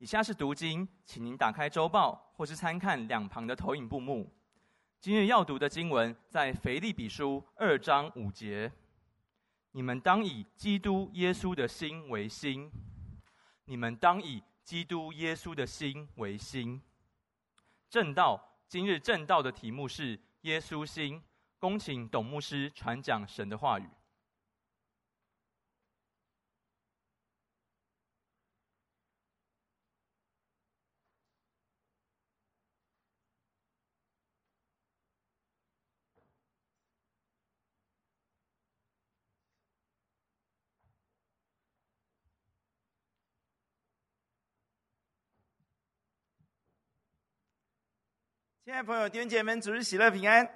以下是读经，请您打开周报或是参看两旁的投影布幕。今日要读的经文在腓立比书2章5节。你们当以基督耶稣的心为心，你们当以基督耶稣的心为心。正道，今日正道的题目是耶稣心。恭请董牧师传讲神的话语。 亲爱的朋友、弟兄姐妹们，主日喜乐平安。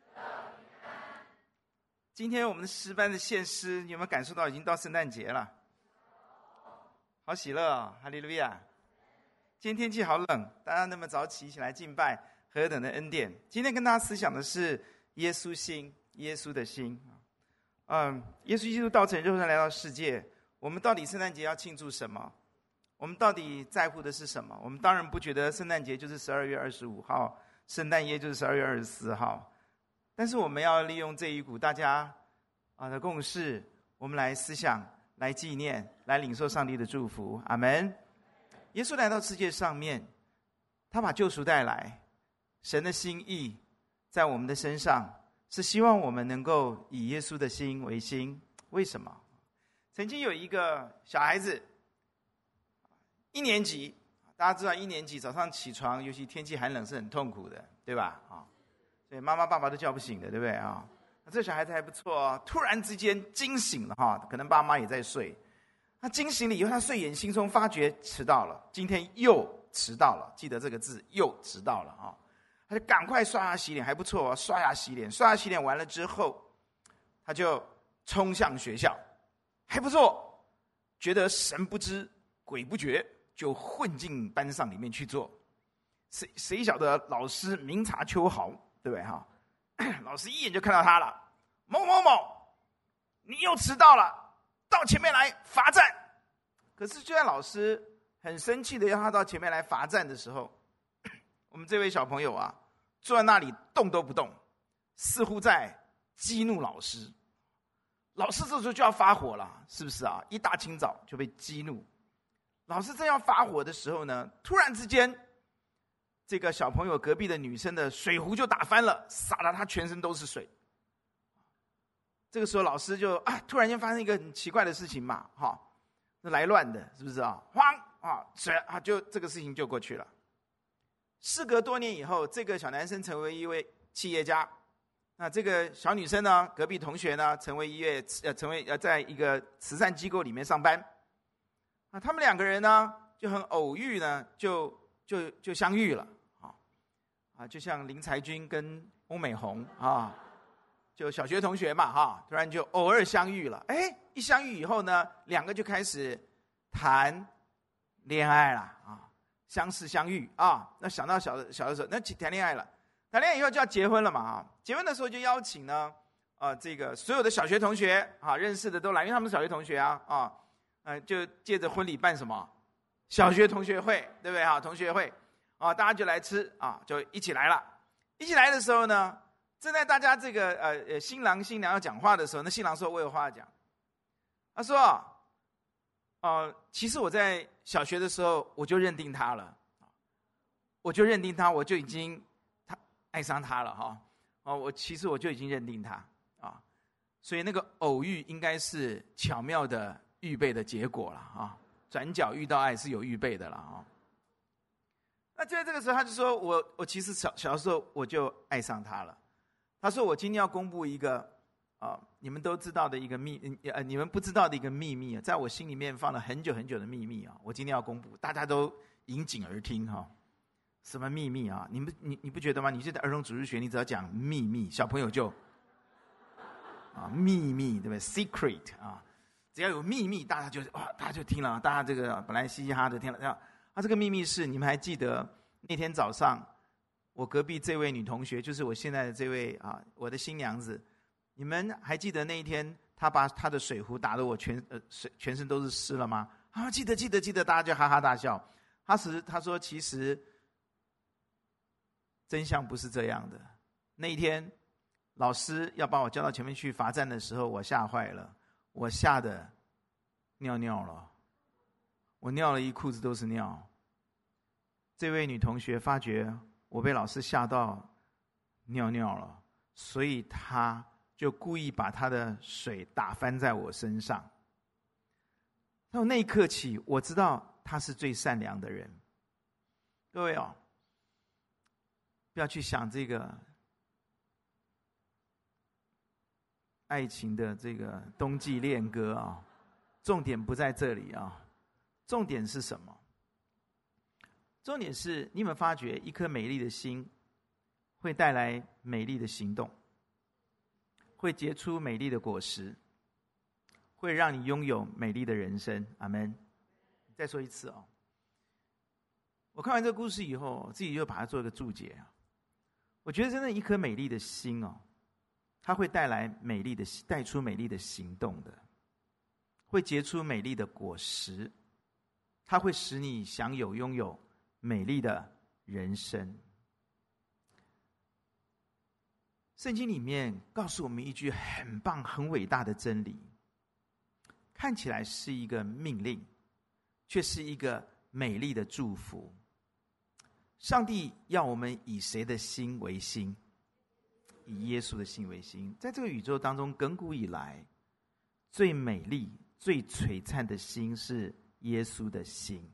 今天我们的诗班的献诗，你有没有感受到已经到圣诞节了？好喜乐哦，哈利路亚！今天天气好冷，大家那么早起一起来敬拜，何等的恩典！今天跟大家思想的是耶稣心，耶稣的心。耶稣基督道成肉身来到世界，我们到底圣诞节要庆祝什么？我们到底在乎的是什么？我们当然不觉得圣诞节就是12月25号，圣诞夜就是12月24号。但是我们要利用这一股大家的共识，我们来思想、来纪念、来领受上帝的祝福。阿们。耶稣来到世界上面，他把救赎带来，神的心意在我们的身上，是希望我们能够以耶稣的心为心。为什么？曾经有一个小孩子，1年级，大家知道1年级早上起床，尤其天气寒冷是很痛苦的，对吧？所以妈妈爸爸都叫不醒的，对不对啊？这小孩子还不错哦，突然之间惊醒了哈，可能爸妈也在睡。他惊醒了以后，他睡眼惺忪，发觉迟到了，今天又迟到了，记得这个字，又迟到了啊！他就赶快刷牙洗脸，还不错哦，刷牙洗脸完了之后，他就冲向学校，还不错，觉得神不知鬼不觉，就混进班上里面去做。谁晓得老师明察秋毫，对不对哈？老师一眼就看到他了，某某某，你又迟到了，到前面来罚站。可是就在老师很生气的要他到前面来罚站的时候，我们这位小朋友啊，坐在那里动都不动，似乎在激怒老师。老师这时候就要发火了，是不是啊？一大清早就被激怒。老师正要发火的时候呢，突然之间，这个小朋友隔壁的女生的水壶就打翻了，洒得她全身都是水。这个时候老师就突然间发生一个很奇怪的事情嘛，来乱的，是不是啊？慌水就这个事情就过去了。事隔多年以后，这个小男生成为一位企业家，那这个小女生呢，隔壁同学呢，成为在一个慈善机构里面上班。他们两个人呢就很偶遇呢，就相遇了就像林才君跟翁美红就小学同学嘛突然就偶尔相遇了。一相遇以后呢，两个就开始谈恋爱了相识相遇那想到小的时候，那谈恋爱了，谈恋爱以后就要结婚了嘛结婚的时候就邀请呢这个所有的小学同学认识的都来，因为他们是小学同学就借着婚礼办什么小学同学会，对不对同学会大家就来吃就一起来了。一起来的时候呢，正在大家这个新郎新娘要讲话的时候，那新郎说我有话要讲。他说其实我在小学的时候我就认定他了，我就已经爱上他了其实我就已经认定他所以那个偶遇应该是巧妙的预备的结果了转角遇到爱是有预备的了那就在这个时候，他就说我其实小时候我就爱上他了。他说我今天要公布一个你们都知道的一个你们不知道的一个秘密在我心里面放了很久很久的秘密我今天要公布，大家都引颈而听什么秘密你不觉得吗？你觉得儿童主日学，你只要讲秘密，小朋友就秘密，对不对 ？secret 只要有秘密，大家就听了，大家这个本来嘻嘻哈哈的听了。这个秘密是，你们还记得那天早上，我隔壁这位女同学，就是我现在的这位我的新娘子，你们还记得那一天她把她的水壶打得我全身都是湿了吗？记得，大家就哈哈大笑。 他说其实真相不是这样的。那一天老师要把我叫到前面去罚站的时候，我吓坏了，我吓得尿尿了，我尿了一裤子都是尿。这位女同学发觉我被老师吓到尿尿了，所以她就故意把她的水打翻在我身上。从那一刻起，我知道她是最善良的人。各位哦，不要去想这个爱情的这个冬季恋歌啊，重点不在这里啊，重点是什么？重点是你有没有发觉，一颗美丽的心会带来美丽的行动，会结出美丽的果实，会让你拥有美丽的人生。阿们。再说一次哦，我看完这个故事以后，自己就把它做一个注解啊。我觉得真的一颗美丽的心哦，它会带出美丽的行动的，会结出美丽的果实，它会使你拥有美丽的人生。圣经里面告诉我们一句很棒很伟大的真理，看起来是一个命令，却是一个美丽的祝福。上帝要我们以谁的心为心？以耶稣的心为心。在这个宇宙当中，亘古以来最美丽最璀璨的心是耶稣的心。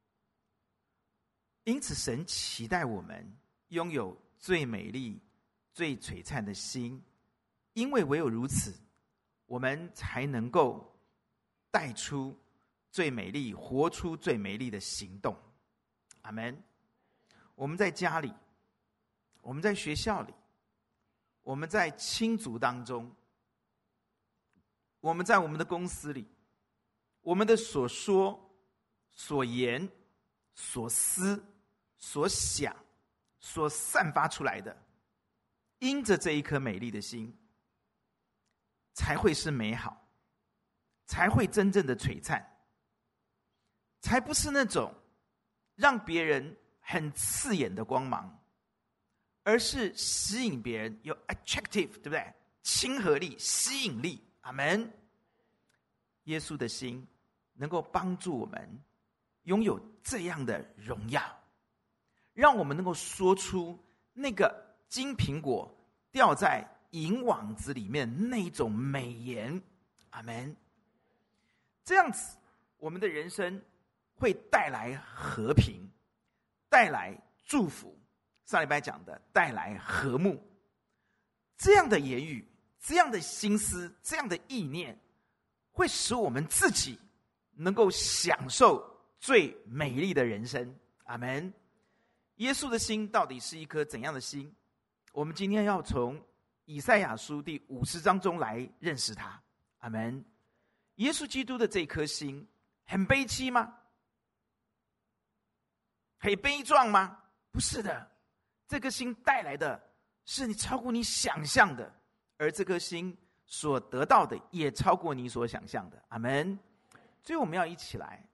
因此神期待我们拥有最美丽最璀璨的心，因为唯有如此，我们才能够带出最美丽，活出最美丽的行动。阿们。我们在家里，我们在学校里，我们在亲族当中，我们在我们的公司里，我们的所说所言所思所想所散发出来的，因着这一颗美丽的心，才会是美好，才会真正的璀璨，才不是那种让别人很刺眼的光芒，而是吸引别人，有 attractive， 对不对？亲和力、吸引力。阿们。耶稣的心能够帮助我们拥有这样的荣耀，让我们能够说出那个金苹果掉在银网子里面那一种美言。阿们。这样子，我们的人生会带来和平，带来祝福。上礼拜讲的带来和睦，这样的言语，这样的心思，这样的意念，会使我们自己能够享受最美丽的人生。阿们。耶稣的心到底是一颗怎样的心？我们今天要从以赛亚书第50章中来认识他。阿们。耶稣基督的这颗心很悲戚吗？很悲壮吗？不是的，这颗心带来的是你超过你想象的，而这颗心所得到的也超过你所想象的。阿们。所以我们要一起来，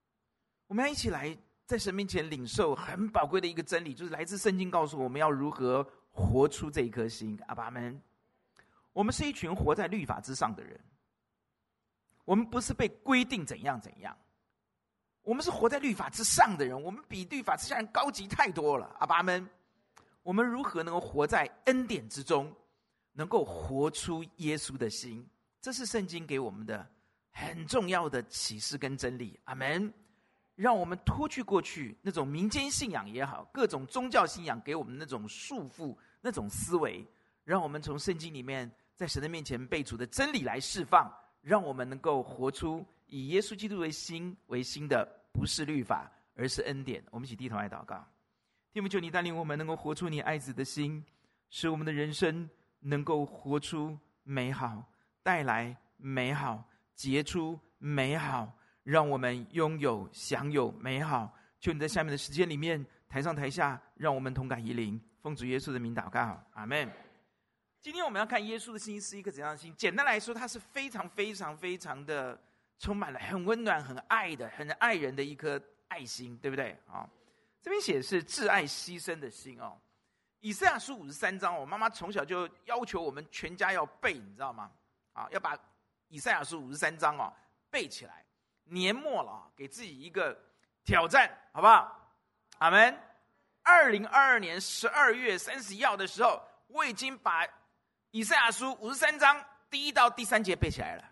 在神面前领受很宝贵的一个真理，就是来自圣经告诉我们要如何活出这一颗心。阿们。我们是一群活在律法之上的人，我们不是被规定怎样怎样，我们是活在律法之上的人，我们比律法之下人高级太多了。阿们。我们如何能够活在恩典之中，能够活出耶稣的心？这是圣经给我们的很重要的启示跟真理。阿们。让我们脱去过去那种民间信仰也好，各种宗教信仰给我们那种束缚，那种思维，让我们从圣经里面在神的面前被主的真理来释放，让我们能够活出以耶稣基督为心的，不是律法，而是恩典。我们一起低头来祷告。天父，求你带领我们能够活出你爱子的心，使我们的人生能够活出美好，带来美好，结出美好，让我们享有美好。求你在下面的时间里面，台上台下，让我们同感一灵，奉主耶稣的名祷告。阿们。今天我们要看耶稣的心是一个怎样的心？简单来说，它是非常非常非常的充满了很温暖、很爱的、很爱人的一颗爱心，对不对啊？这边写的是挚爱牺牲的心哦。以赛亚书53章，我妈妈从小就要求我们全家要背，你知道吗？啊，要把以赛亚书53章哦背起来。年末了，给自己一个挑战，好不好？阿们。2022年12月31号的时候，我已经把以赛亚书53章第1到第3节背起来了，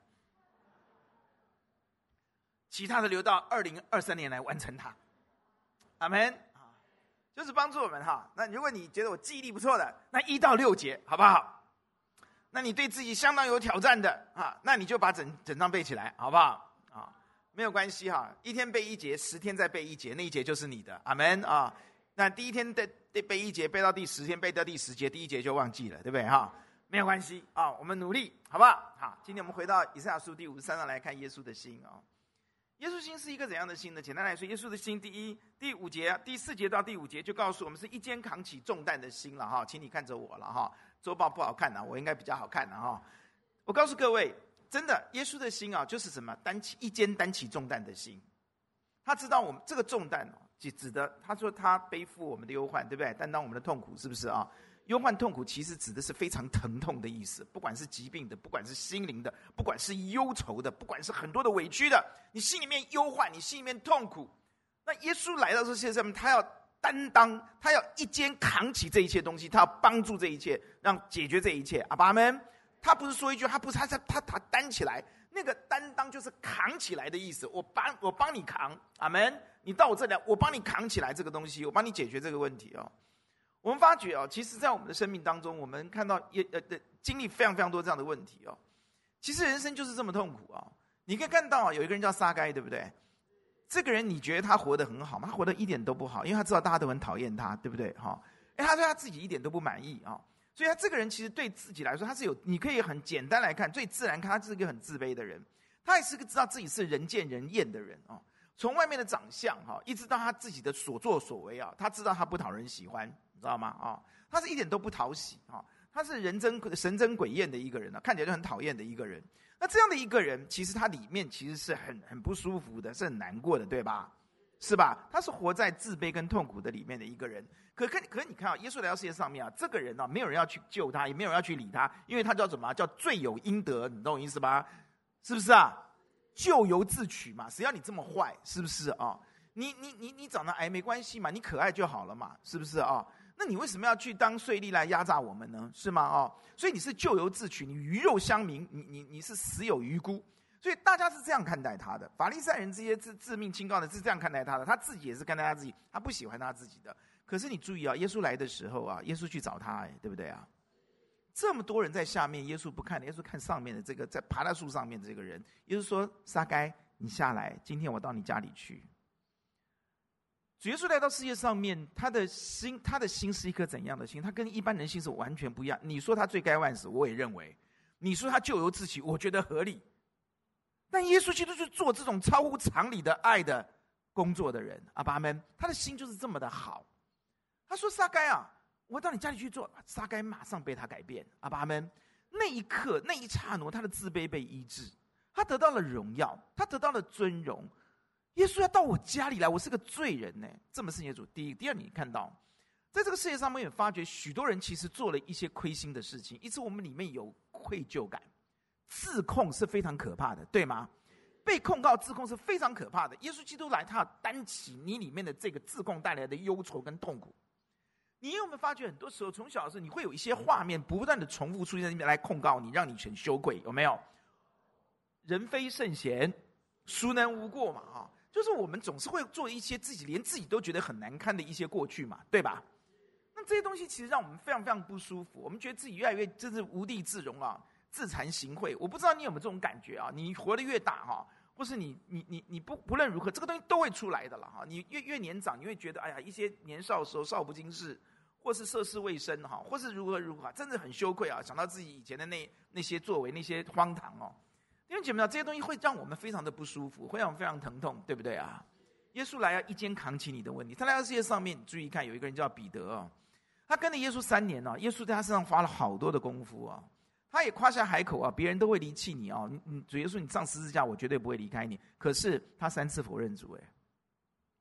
其他的留到2023年来完成它。阿们。就是帮助我们哈。那如果你觉得我记忆力不错的，那1到6节好不好？那你对自己相当有挑战的啊，那你就把整章背起来，好不好？啊，没有关系哈，一天背1节，10天再背1节，那1节就是你的。阿们啊。那第一天背1节，背到第10天，背到第10节，第1节就忘记了，对不对哈？没有关系啊，我们努力，好不好？好，今天我们回到以赛亚书第53章来看耶稣的心啊。耶稣心是一个怎样的心呢？简单来说，耶稣的心，第5节、第4节到第5节就告诉我们，是一肩扛起重担的心了哈。请你看着我了哈，周报不好看啊，我应该比较好看的哈。我告诉各位，真的，耶稣的心啊，就是什么？一肩担起重担的心。他知道我们这个重担哦，指的他说他背负我们的忧患，对不对？担当我们的痛苦，是不是啊？忧患痛苦其实指的是非常疼痛的意思，不管是疾病的，不管是心灵的，不管是忧愁的，不管是很多的委屈的，你心里面忧患，你心里面痛苦，那耶稣来到这世界上面，他要担当，他要一肩扛起这一切东西，他要帮助这一切，让解决这一切。阿们。他不是说一句，他担起来，那个担当就是扛起来的意思，我帮你扛。阿们。你到我这里来，我帮你扛起来这个东西，我帮你解决这个问题哦。我们发觉哦，其实在我们的生命当中，我们看到经历非常非常多这样的问题哦。其实人生就是这么痛苦啊！你可以看到有一个人叫撒该，对不对？这个人你觉得他活得很好吗？他活得一点都不好，因为他知道大家都很讨厌他，对不对？哈，他对他自己一点都不满意啊，所以他这个人其实对自己来说，他是有，你可以很简单来看，最自然看，他是一个很自卑的人，他也是个知道自己是人见人厌的人啊。从外面的长相哈，一直到他自己的所作所为啊，他知道他不讨人喜欢，你知道吗？啊，他是一点都不讨喜啊，他是神憎鬼厌的一个人啊，看起来就很讨厌的一个人。那这样的一个人，其实他里面其实是很不舒服的，是很难过的，对吧？是吧？他是活在自卑跟痛苦的里面的一个人。可你看啊，耶稣来到世界上面啊，这个人啊，没有人要去救他，也没有人要去理他，因为他叫什么？叫罪有应得，你懂我意思吧？是不是啊？咎由自取嘛，谁要你这么坏？是不是啊？你长得矮没关系嘛，你可爱就好了嘛，是不是啊？那你为什么要去当税吏来压榨我们呢？是吗？啊，所以你是咎由自取，你鱼肉乡民，你是死有余辜，所以大家是这样看待他的。法利赛人这些自命清高的是这样看待他的，他自己也是看待他自己，他不喜欢他自己的。可是你注意啊，耶稣来的时候啊，耶稣去找他，对不对啊？这么多人在下面，耶稣不看，耶稣看上面的这个在爬在树上面的这个人。耶稣说：“撒该，你下来，今天我到你家里去。”主耶稣来到世界上面，他的心是一颗怎样的心？他跟一般人心是完全不一样。你说他罪该万死，我也认为；你说他咎由自取，我觉得合理。但耶稣基督是做这种超乎常理的爱的工作的人，阿爸们，他的心就是这么的好。他说：“撒该啊，我到你家里去做。”撒该马上被他改变，阿爸们，那一刻那一刹那，他的自卑被医治，他得到了荣耀，他得到了尊荣。耶稣要到我家里来，我是个罪人呢。这么是你的主。第一，第二，你看到，在这个世界上面也发觉许多人其实做了一些亏心的事情，因此我们里面有愧疚感，自控是非常可怕的，对吗？被控告自控是非常可怕的。耶稣基督来，他要担起你里面的这个自控带来的忧愁跟痛苦。你有没有发觉，很多时候从小的时候，你会有一些画面不断的重复出现在那边来控告你，让你很羞愧，有没有？人非圣贤，孰能无过嘛？啊，就是我们总是会做一些自己连自己都觉得很难堪的一些过去嘛，对吧？那这些东西其实让我们非常非常不舒服，我们觉得自己越来越真是无地自容啊，自惭形秽。我不知道你有没有这种感觉啊？你活得越大哈，或是你不论如何，这个东西都会出来的了哈。你越年长，你会觉得哎呀，一些年少的时候少不经事，或是涉世未深哈，或是如何，真的很羞愧啊！想到自己以前的那些作为，那些荒唐哦。因为姐妹们，这些东西会让我们非常的不舒服，会让我们非常疼痛，对不对啊？耶稣来要一肩扛起你的问题。他来到世界上面，注意看，有一个人叫彼得哦，他跟着耶稣3年哦，耶稣在他身上花了好多的功夫啊，他也夸下海口啊，别人都会离弃你哦，主耶稣你上十字架，我绝对不会离开你。可是他3次否认主，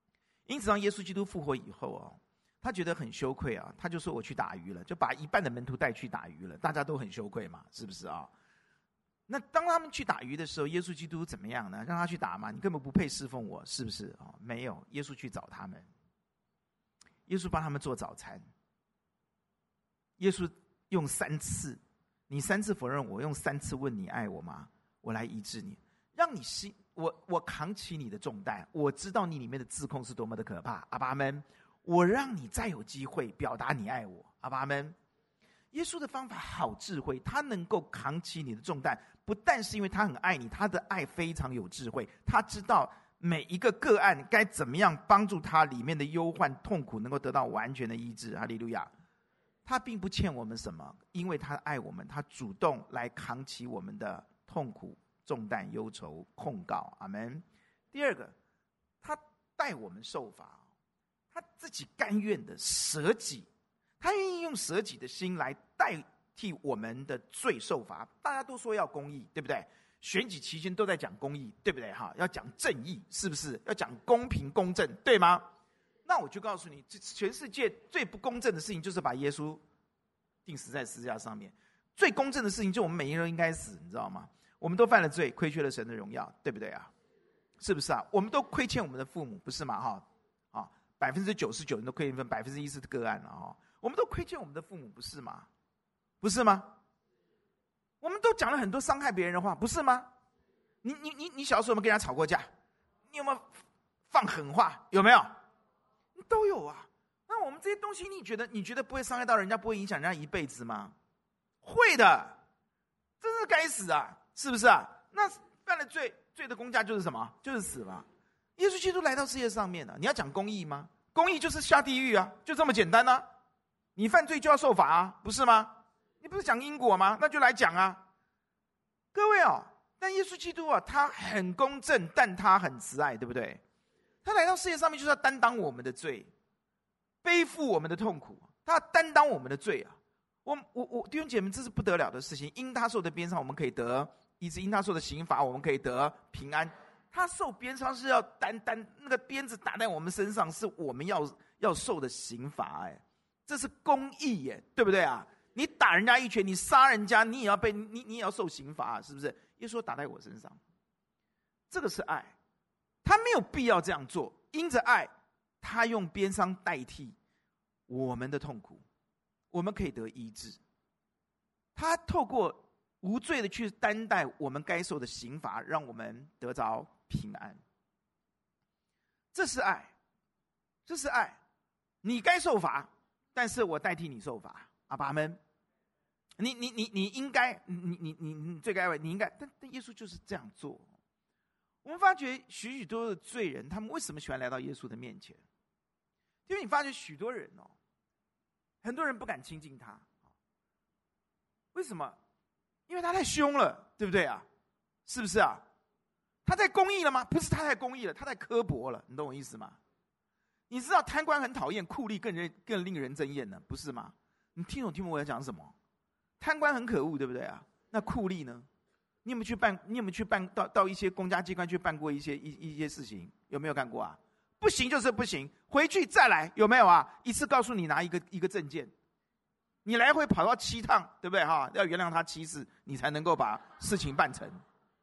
因此当耶稣基督复活以后哦，他觉得很羞愧啊，他就说我去打鱼了，就把一半的门徒带去打鱼了，大家都很羞愧嘛，是不是啊？那当他们去打鱼的时候，耶稣基督怎么样呢？让他去打嘛，你根本不配侍奉我，是不是啊？没有，耶稣去找他们，耶稣帮他们做早餐，耶稣用3次，你3次否认我，用3次问你爱我吗？我来医治你，让你心我扛起你的重担，我知道你里面的自控是多么的可怕，阿爸们，我让你再有机会表达你爱我，阿爸们。耶稣的方法好智慧，他能够扛起你的重担，不但是因为他很爱你，他的爱非常有智慧，他知道每一个个案该怎么样帮助他里面的忧患痛苦能够得到完全的医治，哈利路亚。他并不欠我们什么，因为他爱我们，他主动来扛起我们的痛苦重担忧愁控告，阿们。第二个，他带我们受罚，他自己甘愿的舍己，他愿意用舍己的心来代替我们的罪受罚。大家都说要公义，对不对？选举期间都在讲公义，对不对？要讲正义，是不是？要讲公平公正，对吗？那我就告诉你，全世界最不公正的事情就是把耶稣钉死在十字架上面。最公正的事情就是我们每一个人应该死，你知道吗？我们都犯了罪，亏缺了神的荣耀，对不对啊？是不是啊？我们都亏欠我们的父母，不是吗？99%人都亏欠分，1%是个案了我们都亏欠我们的父母，不是吗？不是吗？我们都讲了很多伤害别人的话，不是吗？你小时候有没有跟人家吵过架？你有没有放狠话？有没有？都有啊。那我们这些东西，你觉得不会伤害到人家，不会影响人家一辈子吗？会的，真是该死啊！是不是啊？那犯了罪，罪的公价就是什么？就是死嘛。耶稣基督来到世界上面了，你要讲公义吗？公义就是下地狱啊，就这么简单啊。你犯罪就要受罚啊，不是吗？你不是讲因果吗？那就来讲啊。各位但耶稣基督他很公正，但他很慈爱，对不对？他来到世界上面就是要担当我们的罪，背负我们的痛苦，他要担当我们的罪啊。我弟兄姐妹，这是不得了的事情。因他受的鞭伤，我们可以得医治；因他受的刑罚，我们可以得平安。他受鞭伤是要担那个鞭子打在我们身上，是我们要受的刑罚，这是公义耶，对不对啊？你打人家一拳，你杀人家，你也要受刑罚，是不是？耶稣打在我身上，这个是爱，他没有必要这样做。因着爱，他用鞭伤代替我们的痛苦，我们可以得医治。他透过无罪的去担待我们该受的刑罚，让我们得着平安。这是爱，这是爱。你该受罚，但是我代替你受罚，阿爸们。你应该，你最该为，你应该，但耶稣就是这样做。我们发觉许许多多的罪人，他们为什么喜欢来到耶稣的面前？因为你发觉许多人很多人不敢亲近他，为什么？因为他太凶了，对不对啊？是不是啊？他太公义了吗？不是，他太公义了，他太刻薄了，你懂我意思吗？你知道贪官很讨厌，酷吏更令人憎厌呢，不是吗？你听懂我在讲什么？贪官很可恶，对不对啊？那酷吏呢？你有没有去办到一些公家机关去办过一些事情？有没有干过啊？不行就是不行，回去再来，有没有啊？一次告诉你拿一个证件，你来回跑到7趟，对不对哈？要原谅他7次，你才能够把事情办成。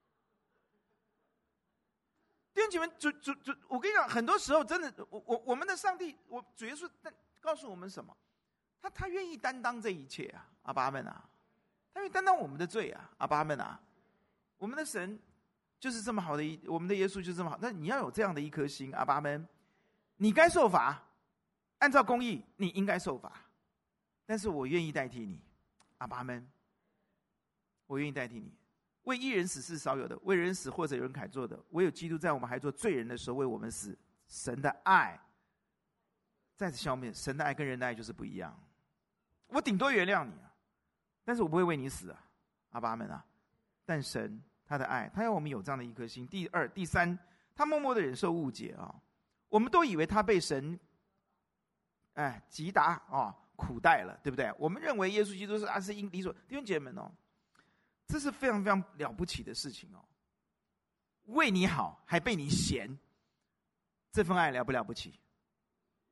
弟兄姐妹，我跟你讲，很多时候真的，我们的上帝，主耶稣告诉我们什么？他愿意担当这一切啊，阿爸们啊，他愿意担当我们的罪啊，阿爸们啊，我们的神就是这么好的，我们的耶稣就是这么好。那你要有这样的一颗心，阿爸们，你该受罚，按照公义，你应该受罚，但是我愿意代替你，阿爸们，我愿意代替你。为义人死是少有的，为人死或者有人凯做的，唯有基督在我们还做罪人的时候为我们死。神的爱再次消灭，神的爱跟人的爱就是不一样。我顶多原谅你但是我不会为你死阿爸们啊。但神他的爱，他要我们有这样的一颗心。第二、第三，他默默的忍受误解我们都以为他被神击打苦待了，对不对？我们认为耶稣基督是理所。弟兄姐妹们这是非常非常了不起的事情为你好还被你嫌，这份爱了不了不起？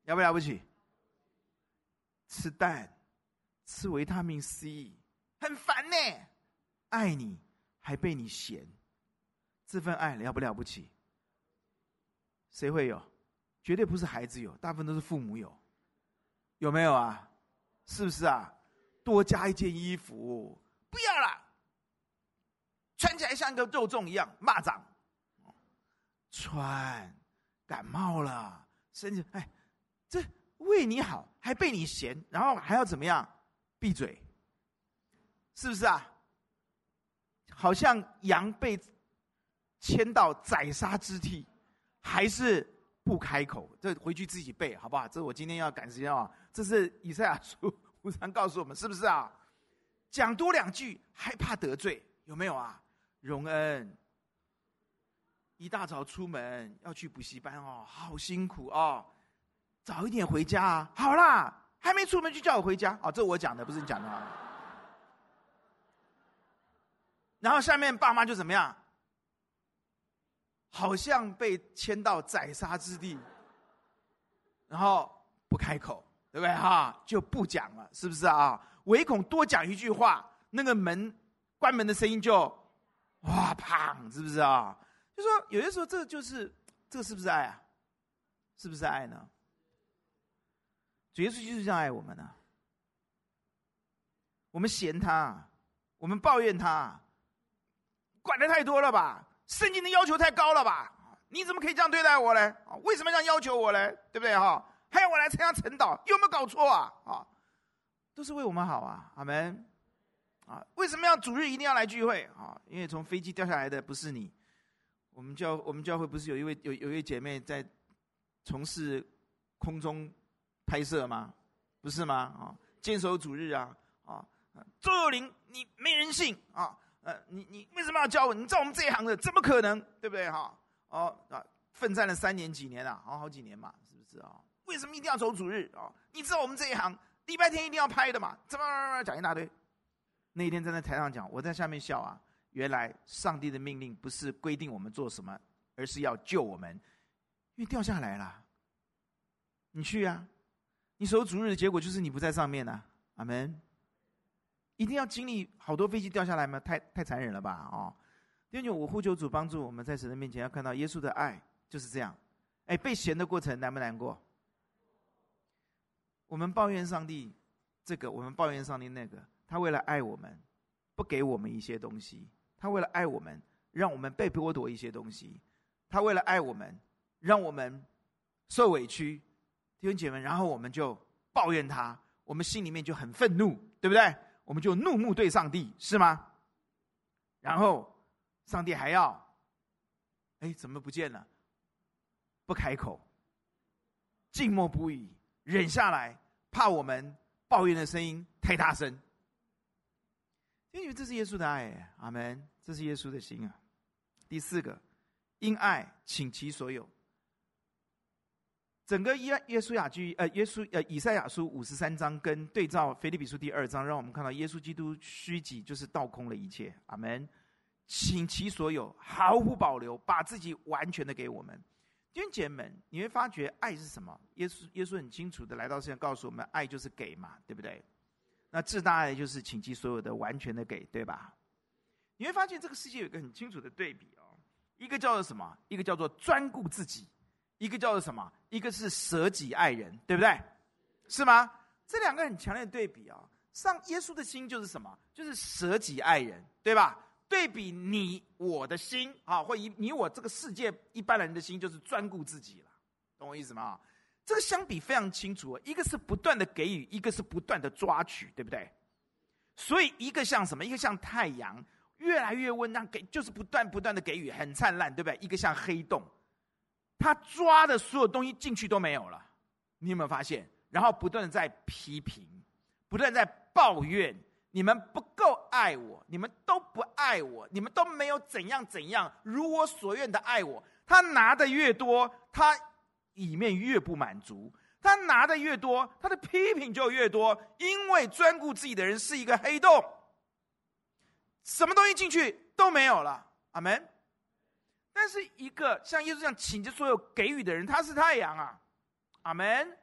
了不了不起？吃蛋，吃维他命 C， 很烦呢。爱你还被你嫌，这份爱了不了不起？谁会有？绝对不是孩子有，大部分都是父母有，有没有啊？是不是啊？多加一件衣服，不要啦，穿起来像个肉粽一样，蚂蚱。穿，感冒了，身体这为你好，还被你嫌，然后还要怎么样？闭嘴，是不是啊？好像羊被牵到宰杀之地，还是不开口。这回去自己背，好不好？这我今天要赶时间啊。这是以赛亚书5章告诉我们，是不是啊？讲多2句，害怕得罪，有没有啊？荣恩，一大早出门要去补习班哦，好辛苦哦，早一点回家啊。好啦，还没出门就叫我回家哦，这我讲的，不是你讲的啊。然后下面爸妈就怎么样？好像被牵到宰杀之地，然后不开口，对不对哈？就不讲了，是不是啊？唯恐多讲一句话，那个关门的声音就哇砰，是不是啊？就说有些时候这是不是爱啊？是不是爱呢？主耶稣就是这样爱我们呢。我们嫌他，我们抱怨他，管得太多了吧？圣经的要求太高了吧？你怎么可以这样对待我呢？为什么这样要求我呢？对不对哈？还要我来参加晨祷，有没有搞错啊？都是为我们好啊，阿们。为什么要主日一定要来聚会啊？因为从飞机掉下来的不是你。我们教会不是有一位姐妹在从事空中拍摄吗？不是吗？坚守主日啊！周幼玲，你没人性啊！你为什么要教我？你知道我们这一行的怎么可能？对不对哈？奋战了3年几年啊，好几年嘛，是不是啊？为什么一定要走主日啊？你知道我们这一行礼拜天一定要拍的嘛？怎么讲一大堆？那一天站在台上讲，我在下面笑啊。原来上帝的命令不是规定我们做什么，而是要救我们，因为掉下来了。你去啊，你守主日的结果就是你不在上面啊，阿们。一定要经历好多飞机掉下来吗？太残忍了吧？弟兄，我呼求主帮助我们在神的面前要看到耶稣的爱就是这样。被嫌的过程难不难过？我们抱怨上帝这个，我们抱怨上帝那个，他为了爱我们，不给我们一些东西。他为了爱我们，让我们被剥夺一些东西；他为了爱我们，让我们受委屈，弟兄姐妹，然后我们就抱怨他，我们心里面就很愤怒，对不对？我们就怒目对上帝，是吗？然后上帝还要，怎么不见了？不开口，静默不语，忍下来，怕我们抱怨的声音太大声。因为这是耶稣的爱，阿们，这是耶稣的心啊。第4个，因爱倾其所有。整个以赛亚书53章跟对照腓立比书第2章，让我们看到耶稣基督虚己就是倒空了一切，阿们，倾其所有，毫无保留，把自己完全的给我们。弟兄姐妹们，你会发觉爱是什么？耶稣很清楚的来到世界告诉我们，爱就是给嘛，对不对？那至大爱就是倾其所有的完全的给，对吧？你会发现这个世界有一个很清楚的对比一个叫做什么？一个叫做专顾自己，一个叫做什么？一个是舍己爱人，对不对？是吗？这两个很强烈的对比上耶稣的心就是什么？就是舍己爱人，对吧？对比你我的心或你我这个世界一般人的心就是专顾自己了，懂我意思吗？这个相比非常清楚，一个是不断的给予，一个是不断的抓取，对不对？所以一个像什么？一个像太阳，越来越温，就是不断的给予，很灿烂，对不对？一个像黑洞，他抓的所有东西进去都没有了，你有没有发现？然后不断的在批评，不断的在抱怨，你们不够爱我，你们都不爱我，你们都没有怎样如我所愿的爱我。他拿的越多，他里面越不满足，他拿的越多，他的批评就越多，因为专顾自己的人是一个黑洞，什么东西进去都没有了，阿们。但是一个像耶稣这样倾其所有给予的人，他是太阳啊，阿们。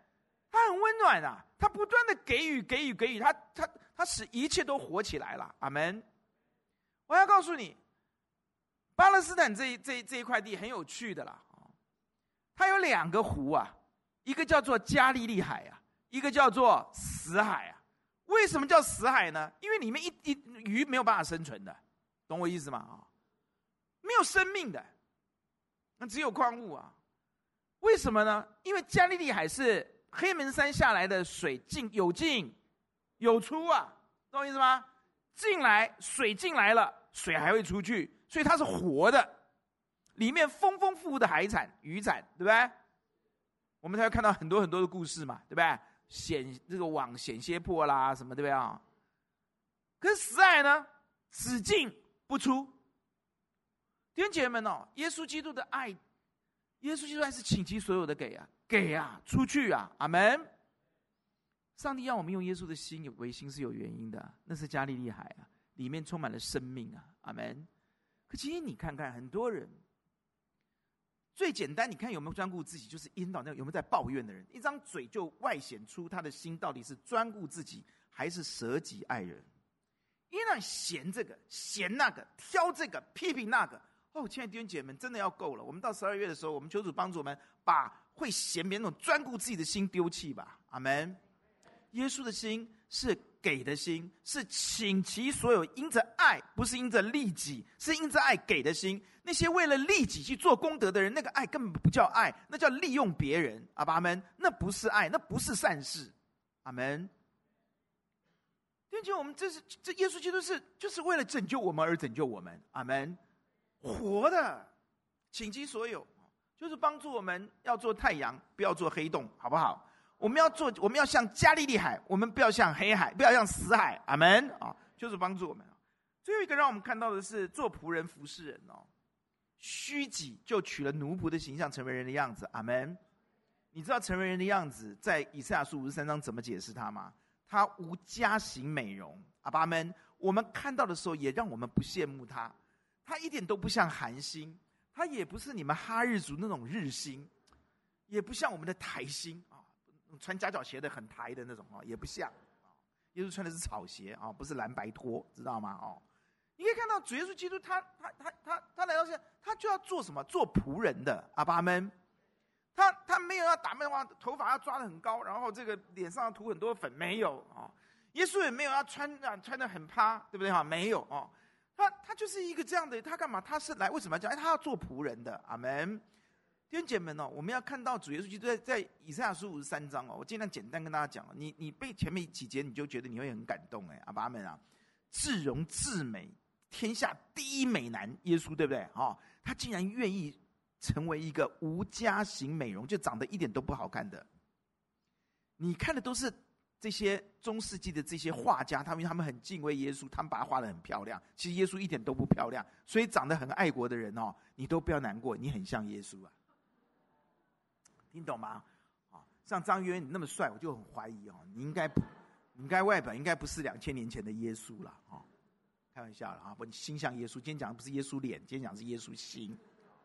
他很温暖啊，他不断的给予，他使一切都活起来了。阿们。我要告诉你，巴勒斯坦这一块地很有趣的啦，它有2个湖啊，一个叫做加利利海啊，一个叫做死海啊。为什么叫死海呢？因为里面一鱼没有办法生存的，懂我意思吗？没有生命的，那只有矿物啊。为什么呢？因为加利利海是黑门山下来的水有进有出啊，懂我意思吗？水进来了，水还会出去，所以它是活的，里面丰富的海产渔产，对不对？我们才会看到很多的故事嘛，对不对？这个网险些破啦，什么对不对啊？可是死海呢，只进不出。弟兄姐妹们哦，耶稣基督的爱，耶稣基督爱是倾其所有的给啊，出去啊，阿们。上帝让我们用耶稣的心为心是有原因的，那是加利利海啊，里面充满了生命啊，阿们。可今天你看看，很多人最简单，你看有没有专顾自己，就是引导那个有没有在抱怨的人，一张嘴就外显出他的心到底是专顾自己，还是舍己爱人。因为嫌这个嫌那个，挑这个批评那个。亲爱的弟兄姐妹们，真的要够了。我们到12月的时候，我们求主帮助我们，把会嫌别人那种专顾自己的心丢弃吧。阿们。耶稣的心是给的心，是倾其所有，因着爱，不是因着利己，是因着爱给的心。那些为了利己去做功德的人，那个爱根本不叫爱，那叫利用别人。阿们，那不是爱，那不是善事。阿们。弟兄姐妹，我们这耶稣基督就是为了拯救我们而拯救我们。阿们。活的，倾其所有，就是帮助我们要做太阳，不要做黑洞，好不好？我们要像加利利海，我们不要像黑海，不要像死海。阿们啊，就是帮助我们。最后一个让我们看到的是做仆人服侍人哦，虚己就取了奴仆的形象，成为人的样子。阿们。你知道成为人的样子在以赛亚书53章怎么解释它吗？他无家型美容。阿们。我们看到的时候也让我们不羡慕他，他一点都不像韩星，他也不是你们哈日族那种日星，也不像我们的台星啊，穿夹脚鞋的很台的那种啊，也不像。耶稣穿的是草鞋啊，不是蓝白拖，知道吗？哦，你可以看到主耶稣基督他来到现在，他就要做什么？做仆人的。阿们。他没有要打扮的话，头发要抓得很高，然后这个脸上要涂很多粉，没有啊。耶稣也没有要穿得很趴，对不对？没有哦。他就是一个这样的，他干嘛？他是来为什么要讲？他要做仆人的。阿们。弟兄姐妹们哦，我们要看到主耶稣基督在以赛亚书53章哦，我尽量简单跟大家讲，你背前面几节，你就觉得你会很感动哎，阿们啊！至荣至美，天下第一美男耶稣，对不对？他竟然愿意成为一个无家型美容，就长得一点都不好看的。你看的都是这些中世纪的这些画家，他们很敬畏耶稣，他们把他画得很漂亮。其实耶稣一点都不漂亮，所以长得很爱国的人哦，你都不要难过，你很像耶稣啊，听懂吗？像张约你那么帅，我就很怀疑哦，你应该外表应该不是2000年前的耶稣了哦，开玩笑了啊，不，心像耶稣。今天讲的不是耶稣脸，今天讲的是耶稣心。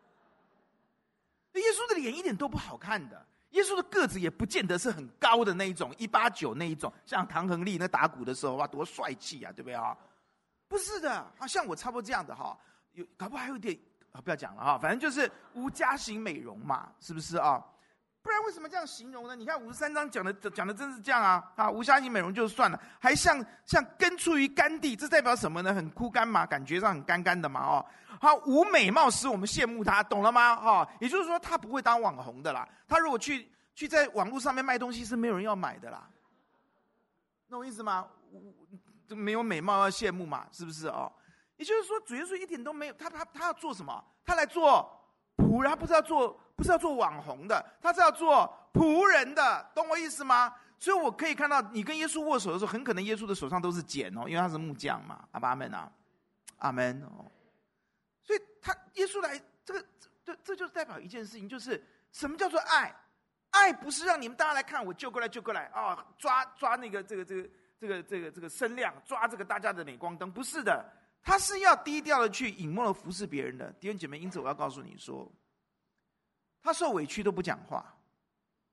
耶稣的脸一点都不好看的。耶稣的个子也不见得是很高的那一种，189那一种，像唐亨利那打鼓的时候哇，多帅气啊，对不对啊？不是的，像我差不多这样的哈，搞不好还有点不要讲了哈，反正就是无家型美容嘛，是不是啊？不然为什么这样形容呢？你看53章讲的真是这样啊！无家型美容就算了，还像根出于干地，这代表什么呢？很枯干嘛，感觉上很干干的嘛哦。好，无美貌使我们羡慕他，懂了吗？也就是说他不会当网红的啦。他如果去在网络上面卖东西，是没有人要买的啦。懂我意思吗？没有美貌要羡慕嘛，是不是哦？也就是说，主耶稣一点都没有，他要做什么？他来做仆人，他不是要做网红的，他是要做仆人的，懂我意思吗？所以我可以看到，你跟耶稣握手的时候，很可能耶稣的手上都是茧哦，因为他是木匠嘛。阿们啊，阿们哦。所以耶稣来，这就代表一件事情，就是什么叫做爱？爱不是让你们大家来看我，就过来啊，抓那个这个声量，抓这个大家的镁光灯，不是的，他是要低调的去隐默的服侍别人的。弟兄姐妹，因此我要告诉你说，他受委屈都不讲话，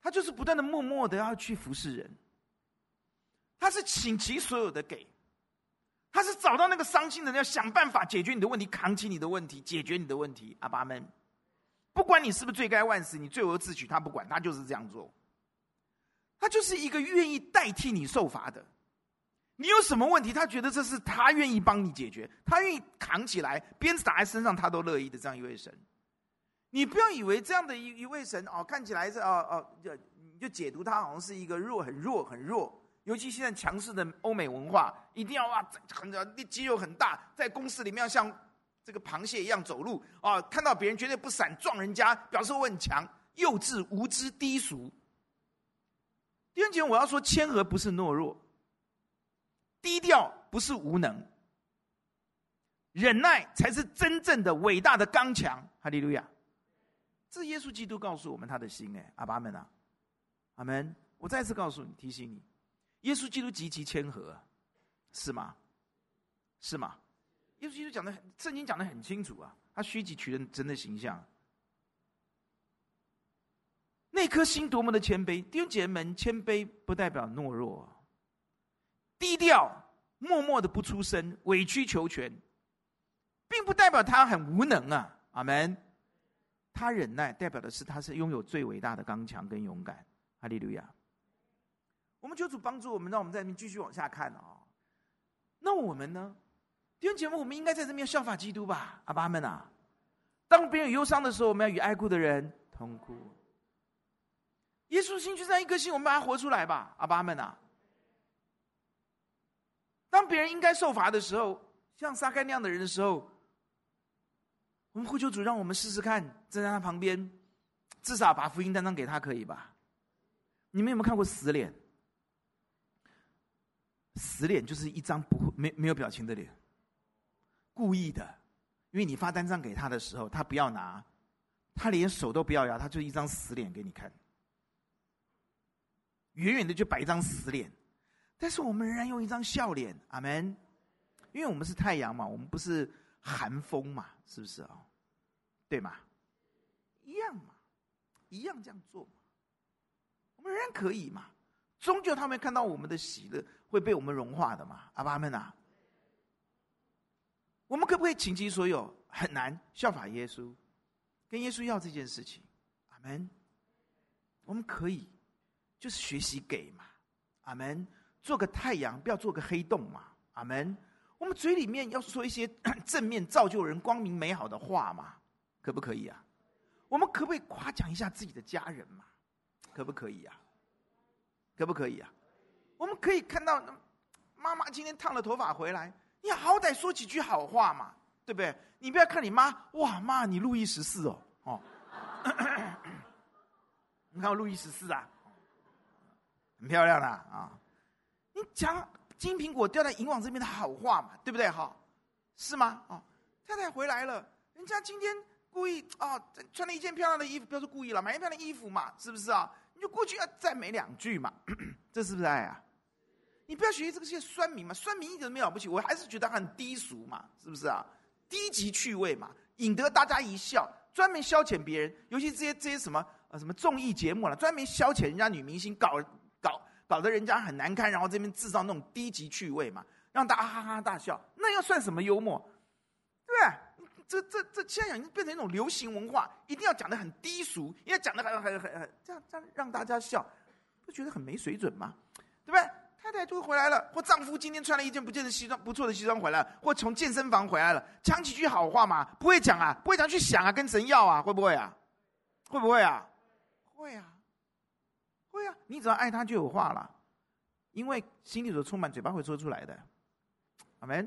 他就是不断的默默的要去服侍人，他是倾其所有的给，他是找到那个伤心的人，要想办法解决你的问题，扛起你的问题，解决你的问题。阿爸们，不管你是不是罪该万死，你罪恶自取，他不管，他就是这样做。他就是一个愿意代替你受罚的。你有什么问题，他觉得这是他愿意帮你解决，他愿意扛起来，鞭子打在身上他都乐意的这样一位神。你不要以为这样的一位神看起来是你就解读他好像是一个很弱，尤其现在强势的欧美文化，一定要肌肉很大，在公司里面要像这个螃蟹一样走路看到别人绝对不闪，撞人家，表示我很强，幼稚、无知、低俗。弟兄姐妹，我要说，谦和不是懦弱，低调不是无能，忍耐才是真正的伟大的刚强。哈利路亚！这是耶稣基督告诉我们他的心。阿爸们啊，阿们！我再次告诉你，提醒你，耶稣基督极其谦和，是吗？是吗？耶稣基督圣经讲得很清楚啊，他虚己取人真的形象。那颗心多么的谦卑，弟兄姐妹们，谦卑不代表懦弱，低调默默的不出声，委曲求全，并不代表他很无能啊。阿们。他忍耐代表的是他是拥有最伟大的刚强跟勇敢。哈利路亚！我们求主帮助我们，让我们在这边继续往下看那我们呢？弟兄姐妹，我们应该在这边效法基督吧？阿爸们啊！当别人有忧伤的时候，我们要与爱哭的人同哭。耶稣心就这样一颗心，我们把它活出来吧！阿爸们啊！当别人应该受罚的时候，像撒该那样的人的时候，我们呼求主，让我们试试看，站在他旁边，至少把福音单张给他，可以吧？你们有没有看过死脸？死脸就是一张没有表情的脸，故意的，因为你发单张给他的时候，他不要拿，他连手都不要摇，他就一张死脸给你看，远远的就摆一张死脸，但是我们仍然用一张笑脸。阿们！因为我们是太阳嘛，我们不是寒风嘛，是不是对吗？一样嘛，一样这样做嘛，我们仍然可以嘛。终究他们看到我们的喜乐会被我们融化的嘛。阿爸们啊，我们可不可以倾其所有？很难，效法耶稣，跟耶稣要这件事情。阿们。我们可以就是学习给嘛。阿们。做个太阳，不要做个黑洞嘛。阿们。我们嘴里面要说一些正面造就人光明美好的话嘛，可不可以啊？我们可不可以夸奖一下自己的家人嘛？可不可以啊？可不可以啊？我们可以看到妈妈今天烫了头发回来，你好歹说几句好话嘛，对不对？你不要看你妈，哇妈你路易14你看我路易14啊，很漂亮的你讲金苹果掉在银网这边的好话嘛，对不对？是吗？太太回来了，人家今天故意穿了一件漂亮的衣服，不要说故意了，买一件漂亮的衣服嘛，是不是你就过去要赞美2句嘛，这是不是爱啊？你不要学这个些酸民嘛，酸民一点都没了不起，我还是觉得他很低俗嘛，是不是低级趣味嘛，引得大家一笑，专门消遣别人，尤其这些什么综艺节目了，专门消遣人家女明星，搞得人家很难堪，然后这边制造那种低级趣味嘛，让大家哈哈大笑，那要算什么幽默？对不对？这现在已经变成一种流行文化，一定要讲得很低俗，一定要讲得很这样让大家笑，不觉得很没水准吗？对不对？太太就回来了，或丈夫今天穿了一件不错的西装回来了，或从健身房回来了，讲几句好话嘛？不会讲不会讲去想跟神要会不会会不会会会你只要爱他就有话了，因为心里所充满，嘴巴会说出来的。阿们。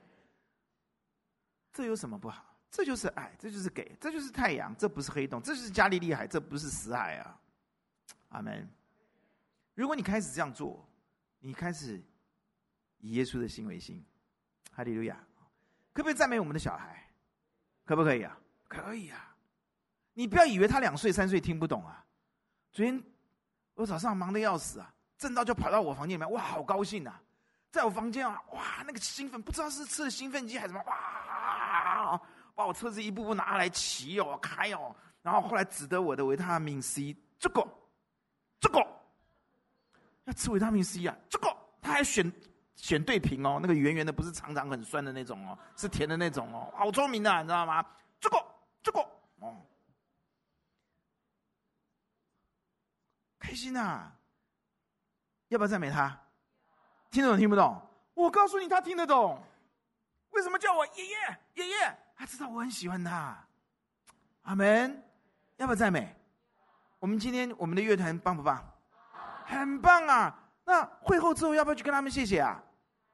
这有什么不好？这就是爱，这就是给，这就是太阳，这不是黑洞，这就是加利利海，这不是死海阿们。如果你开始这样做，你开始以耶稣的心为心，哈利路亚。可不可以赞美我们的小孩？可不可以可以你不要以为他2岁3岁听不懂昨天我早上忙得要死正道就跑到我房间里面，哇好高兴在我房间哇那个兴奋，不知道是吃了兴奋剂还是什么，哇把我车子一步步拿来骑开然后后来指得我的维他命 C 这个这个要吃维他命 C 啊，这个他还选对瓶哦，那个圆圆的不是长长很酸的那种哦，是甜的那种哦，好聪明的，你知道吗？这个哦，开心啊！要不要赞美他？听得懂听不懂？我告诉你，他听得懂。为什么叫我爷爷？爷爷，他知道我很喜欢他。阿们，要不要赞美？我们今天我们的乐团棒不棒？很棒啊！那会后之后要不要去跟他们谢谢啊？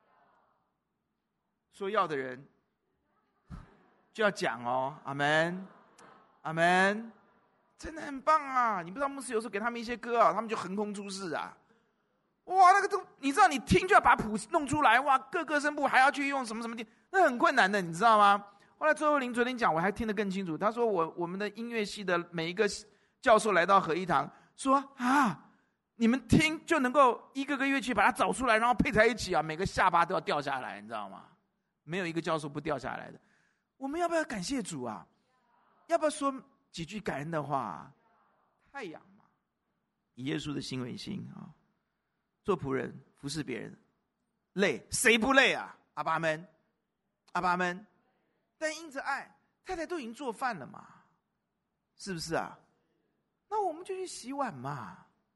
说要的人就要讲哦。阿们，阿们，真的很棒啊！你不知道牧师有时候给他们一些歌啊，他们就横空出世啊。哇，那个都你知道，你听就要把谱弄出来，哇，各个声部还要去用什么什么的，那很困难的，你知道吗？后来周佑林昨天讲，我还听得更清楚。他说我们的音乐系的每一个教授来到合一堂，说啊，你们听就能够一个个乐器把它找出来，然后配在一起啊，每个下巴都要掉下来，你知道吗？没有一个教授不掉下来的。我们要不要感谢主啊？要不要说几句感恩的话？太阳嘛，以耶稣的心为心啊，做仆人服侍别人，累谁不累啊？阿爸们，阿爸们。但因着爱，太太都已经做饭了嘛，是不是啊？那我们就去洗碗嘛，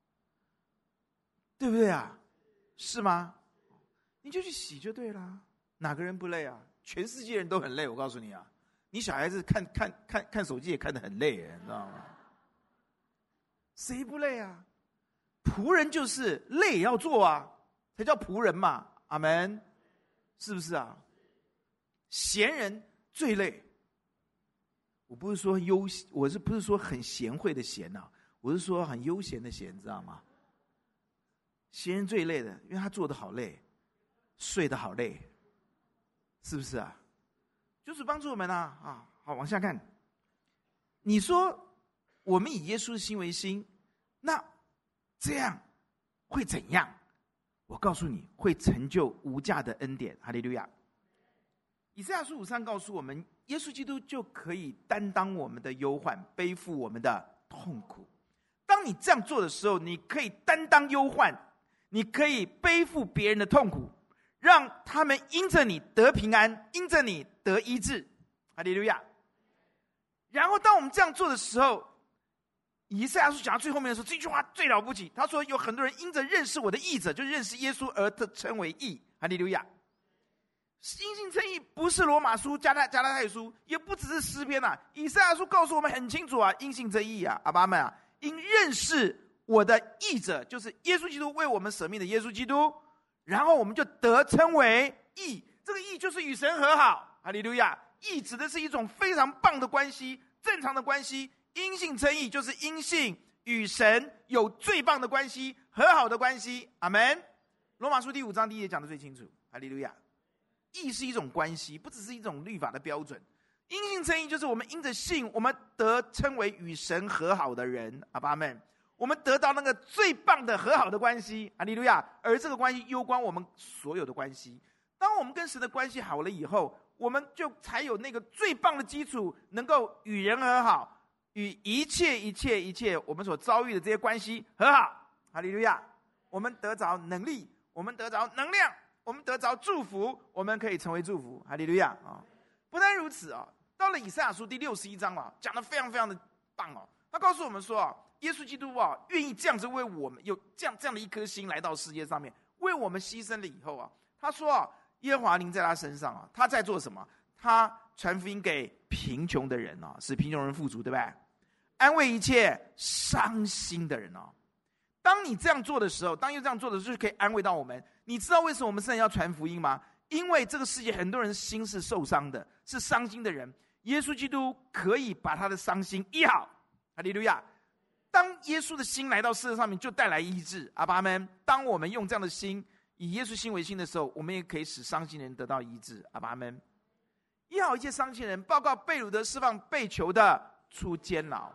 对不对啊？是吗？你就去洗就对了，哪个人不累啊？全世界人都很累，我告诉你啊，你小孩子看手机也看得很累，你知道吗？谁不累啊？仆人就是累也要做啊，才叫仆人嘛。阿们，是不是啊？闲人最累。我不是说不是说很贤惠的贤呐，我是说很悠闲的闲，知道吗？闲人最累的，因为他做得好累，睡得好累，是不是啊？就是帮助我们啊！好，往下看。你说我们以耶稣的心为心，那这样会怎样？我告诉你，会成就无价的恩典。哈利路亚！以赛亚书53告诉我们，耶稣基督就可以担当我们的忧患，背负我们的痛苦。当你这样做的时候，你可以担当忧患，你可以背负别人的痛苦，让他们因着你得平安，因着你得医治。哈利路亚！然后当我们这样做的时候，以赛亚书讲到最后面的时候，这句话最了不起。他说有很多人因着认识我的义者，就认识耶稣而称为义。哈利路亚！因信称义不是罗马书、加拉太书，也不只是诗篇啊。以赛亚书告诉我们很清楚啊，因信称义啊，阿爸们啊，因认识我的义者，就是耶稣基督为我们舍命的耶稣基督，然后我们就得称为义。这个义就是与神和好。哈利路亚！义指的是一种非常棒的关系，正常的关系。因信称义就是因信与神有最棒的关系，和好的关系。阿们。罗马书第5章第1节讲得最清楚。哈利路亚！义是一种关系，不只是一种律法的标准。因信称义就是我们因着信，我们得称为与神和好的人。阿爸们，我们得到那个最棒的和好的关系。哈利路亚！而这个关系攸关我们所有的关系。当我们跟神的关系好了以后，我们就才有那个最棒的基础，能够与人和好，与一切我们所遭遇的这些关系和好。哈利路亚！我们得着能力，我们得着能量，我们得着祝福，我们可以成为祝福。哈利路亚啊！不但如此啊，到了以赛亚书第61章啊，讲得非常非常的棒哦。他告诉我们说啊，耶稣基督啊，愿意这样子为我们有这样的一颗心来到世界上面，为我们牺牲了以后啊，他说啊，耶和华临在他身上啊，他在做什么？他传福音给贫穷的人啊，使贫穷人富足，对不对？安慰一切伤心的人哦。当你这样做的时候，当你这样做的时候，就可以安慰到我们。你知道为什么我们现在要传福音吗？因为这个世界很多人心是受伤的，是伤心的人。耶稣基督可以把他的伤心医好。哈利路亚！当耶稣的心来到世界上面，就带来医治。阿爸们，当我们用这样的心，以耶稣心为心的时候，我们也可以使伤心人得到医治。阿爸们，医好一切伤心人，报告被掳的释放，被囚的出监牢。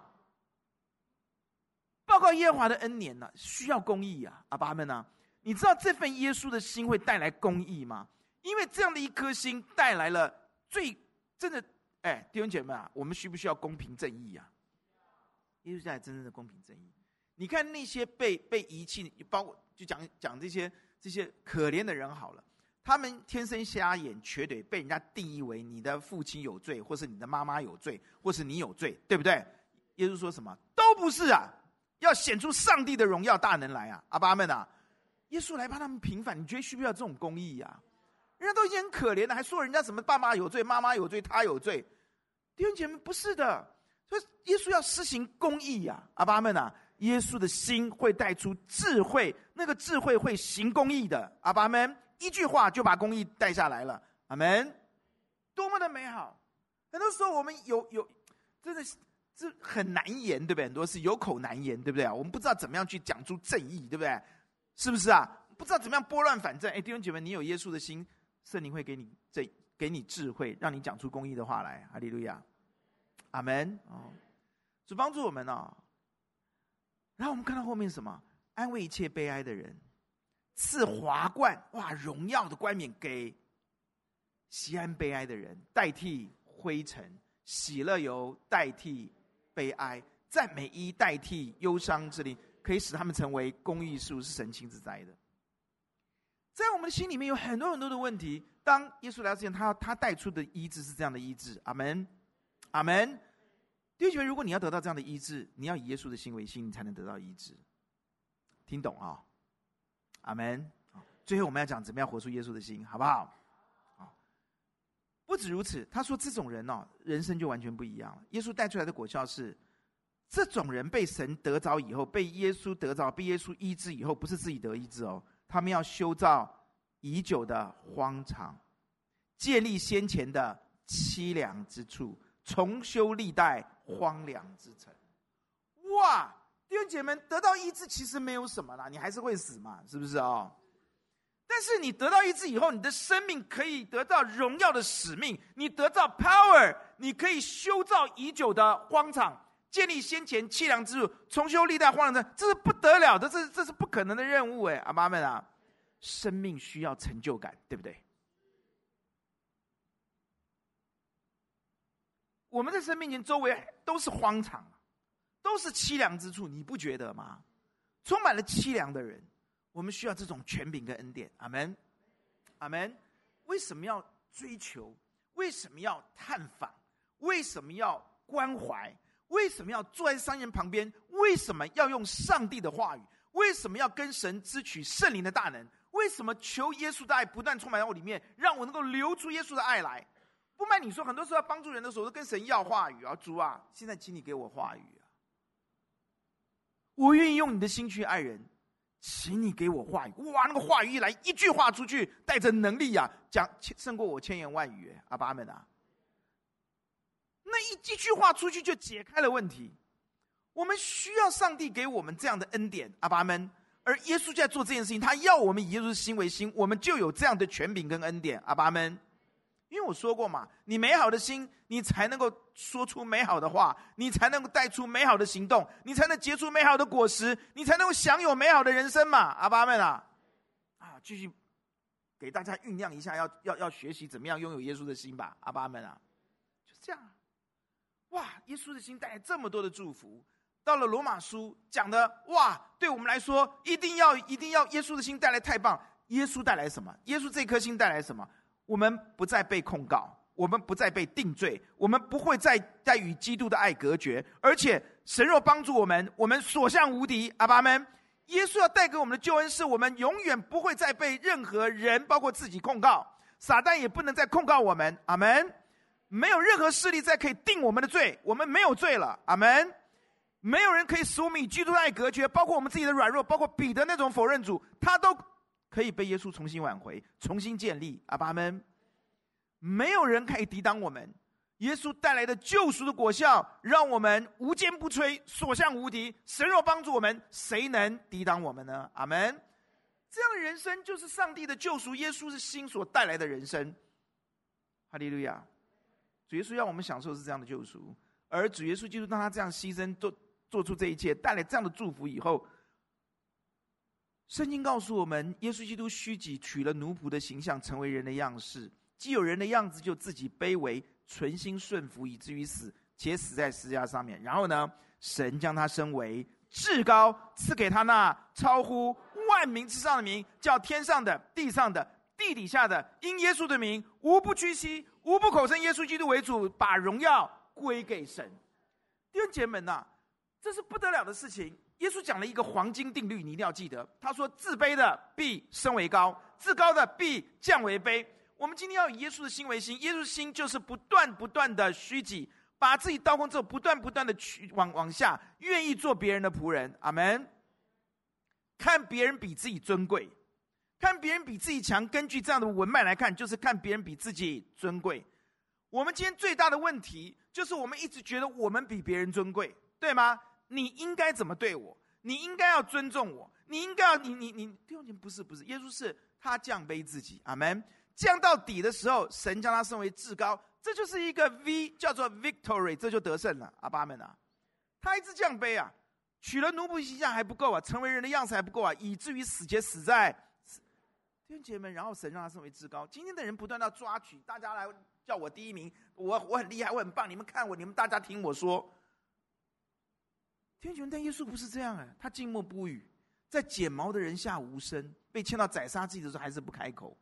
报告耶和华的恩年呢，需要公义啊！阿爸们啊，你知道这份耶稣的心会带来公义吗？因为这样的一颗心带来了真的，弟兄姐妹啊，我们需不需要公平正义啊？耶稣带来真正的公平正义。 你看那些被遗弃，包括就讲这些可怜的人好了，他们天生瞎眼瘸腿，被人家定义为你的父亲有罪，或是你的妈妈有罪，或是你有罪，对不对？耶稣说什么？都不是啊，要显出上帝的荣耀大能来啊！阿爸阿们啊！耶稣来帮他们平反，你觉得需不需要这种公义啊？人家都已经很可怜了，还说人家什么爸妈有罪、妈妈有罪、他有罪。弟兄姐妹，不是的，所以耶稣要施行公义啊！阿爸阿们啊！耶稣的心会带出智慧，那个智慧会行公义的。阿爸阿们，一句话就把公义带下来了。阿们，多么的美好！很多时候我们有真的这很难言，对不对？很多是有口难言，对不对？我们不知道怎么样去讲出正义，对不对？是不是啊？不知道怎么样拨乱反正。弟兄姐妹，你有耶稣的心，圣灵会给你智慧，让你讲出公义的话来。哈利路亚，阿们。主帮助我们哦。然后我们看到后面什么？安慰一切悲哀的人，赐华冠，哇，荣耀的冠冕给喜安悲哀的人，代替灰尘；喜乐油代替悲哀，赞美衣代替忧伤之灵，可以使他们成为公义树，是神亲自栽的。在我们的心里面有很多很多的问题，当耶稣来到之前，他带出的医治是这样的医治。阿们，阿们。弟兄姐妹，如果你要得到这样的医治，你要以耶稣的心为心，你才能得到医治。听懂啊？阿们。最后我们要讲怎么样活出耶稣的心，好不好？不止如此，他说这种人人生就完全不一样了。耶稣带出来的果效是，这种人被神得着以后，被耶稣得着，被耶稣医治以后，不是自己得医治哦，他们要修造已久的荒场，建立先前的凄凉之处，重修历代荒凉之城。哇，弟兄姐妹，得到医治其实没有什么啦，你还是会死嘛，是不是哦？但是你得到医治以后，你的生命可以得到荣耀的使命，你得到 power， 你可以修造已久的荒场，建立先前凄凉之处，重修历代荒凉之城，这是不得了的，这是不可能的任务哎，阿爸们啊，生命需要成就感，对不对？我们在生命前周围都是荒场，都是凄凉之处，你不觉得吗？充满了凄凉的人，我们需要这种权柄跟恩典。阿们，阿们。为什么要追求？为什么要探访？为什么要关怀？为什么要坐在商人旁边？为什么要用上帝的话语？为什么要跟神支取圣灵的大能？为什么求耶稣的爱不断充满在我里面，让我能够流出耶稣的爱来？不瞒你说，很多时候要帮助人的时候，都跟神要话语啊，主啊，现在请你给我话语啊，我愿意用你的心去爱人，请你给我话语。哇，那个话语一来，一句话出去，带着能力啊，讲胜过我千言万语。阿爸们啊，那一句话出去就解开了问题。我们需要上帝给我们这样的恩典，阿爸们。而耶稣就在做这件事情，他要我们以耶稣的心为心，我们就有这样的权柄跟恩典，阿爸们。因为我说过嘛，你美好的心，你才能够说出美好的话，你才能够带出美好的行动，你才能结出美好的果实，你才能够享有美好的人生嘛，阿爸们啊！继续给大家酝酿一下，要学习怎么样拥有耶稣的心吧，阿爸们啊！就是这样。哇，耶稣的心带来这么多的祝福。到了罗马书讲的，哇，对我们来说，一定要耶稣的心带来，太棒！耶稣带来什么？耶稣这颗心带来什么？我们不再被控告，我们不再被定罪，我们不会再与基督的爱隔绝，而且神若帮助我们，我们所向无敌。阿爸们，耶稣要带给我们的救恩是我们永远不会再被任何人，包括自己控告，撒旦也不能再控告我们。阿们，没有任何势力再可以定我们的罪，我们没有罪了。阿们，没有人可以使我们与基督的爱隔绝，包括我们自己的软弱，包括彼得那种否认主，他都可以被耶稣重新挽回，重新建立。阿爸们，没有人可以抵挡我们耶稣带来的救赎的果效，让我们无坚不摧，所向无敌。神若帮助我们，谁能抵挡我们呢？阿们。这样的人生就是上帝的救赎，耶稣是心所带来的人生。哈利路亚！主耶稣让我们享受是这样的救赎，而主耶稣基督当他这样牺牲，做出这一切，带来这样的祝福以后，圣经告诉我们，耶稣基督虚己，取了奴仆的形象，成为人的样式。既有人的样子，就自己卑微，存心顺服，以至于死，且死在十字架上面。然后呢，神将他升为至高，赐给他那超乎万名之上的名，叫天上的、地上的、地底下的，因耶稣的名，无不屈膝，无不口称耶稣基督为主，把荣耀归给神。弟兄姐妹们这是不得了的事情。耶稣讲了一个黄金定律，你一定要记得。他说：自卑的必升为高，自高的必降为卑。我们今天要以耶稣的心为心，耶稣的心就是不断的虚己，把自己倒空之后，不断的往下，愿意做别人的仆人。阿们。看别人比自己尊贵，看别人比自己强，根据这样的文脉来看，就是看别人比自己尊贵。我们今天最大的问题就是我们一直觉得我们比别人尊贵，对吗？你应该怎么对我？你应该要尊重我，你应该要你弟兄姐妹，不是，耶稣是他降卑自己，阿们。降到底的时候，神将他升为至高，这就是一个 V， 叫做 victory， 这就得胜了，阿们啊。他一直降卑取了奴仆形象还不够成为人的样式还不够以至于死在弟兄姐妹，然后神让他升为至高。今天的人不断地抓取，大家来叫我第一名，我很厉害，我很棒，你们看我，你们大家听我说。弟兄姐妹，但耶稣不是这样他静默不语，在剪毛的人下无声，被牵到宰杀自己的时候还是不开口。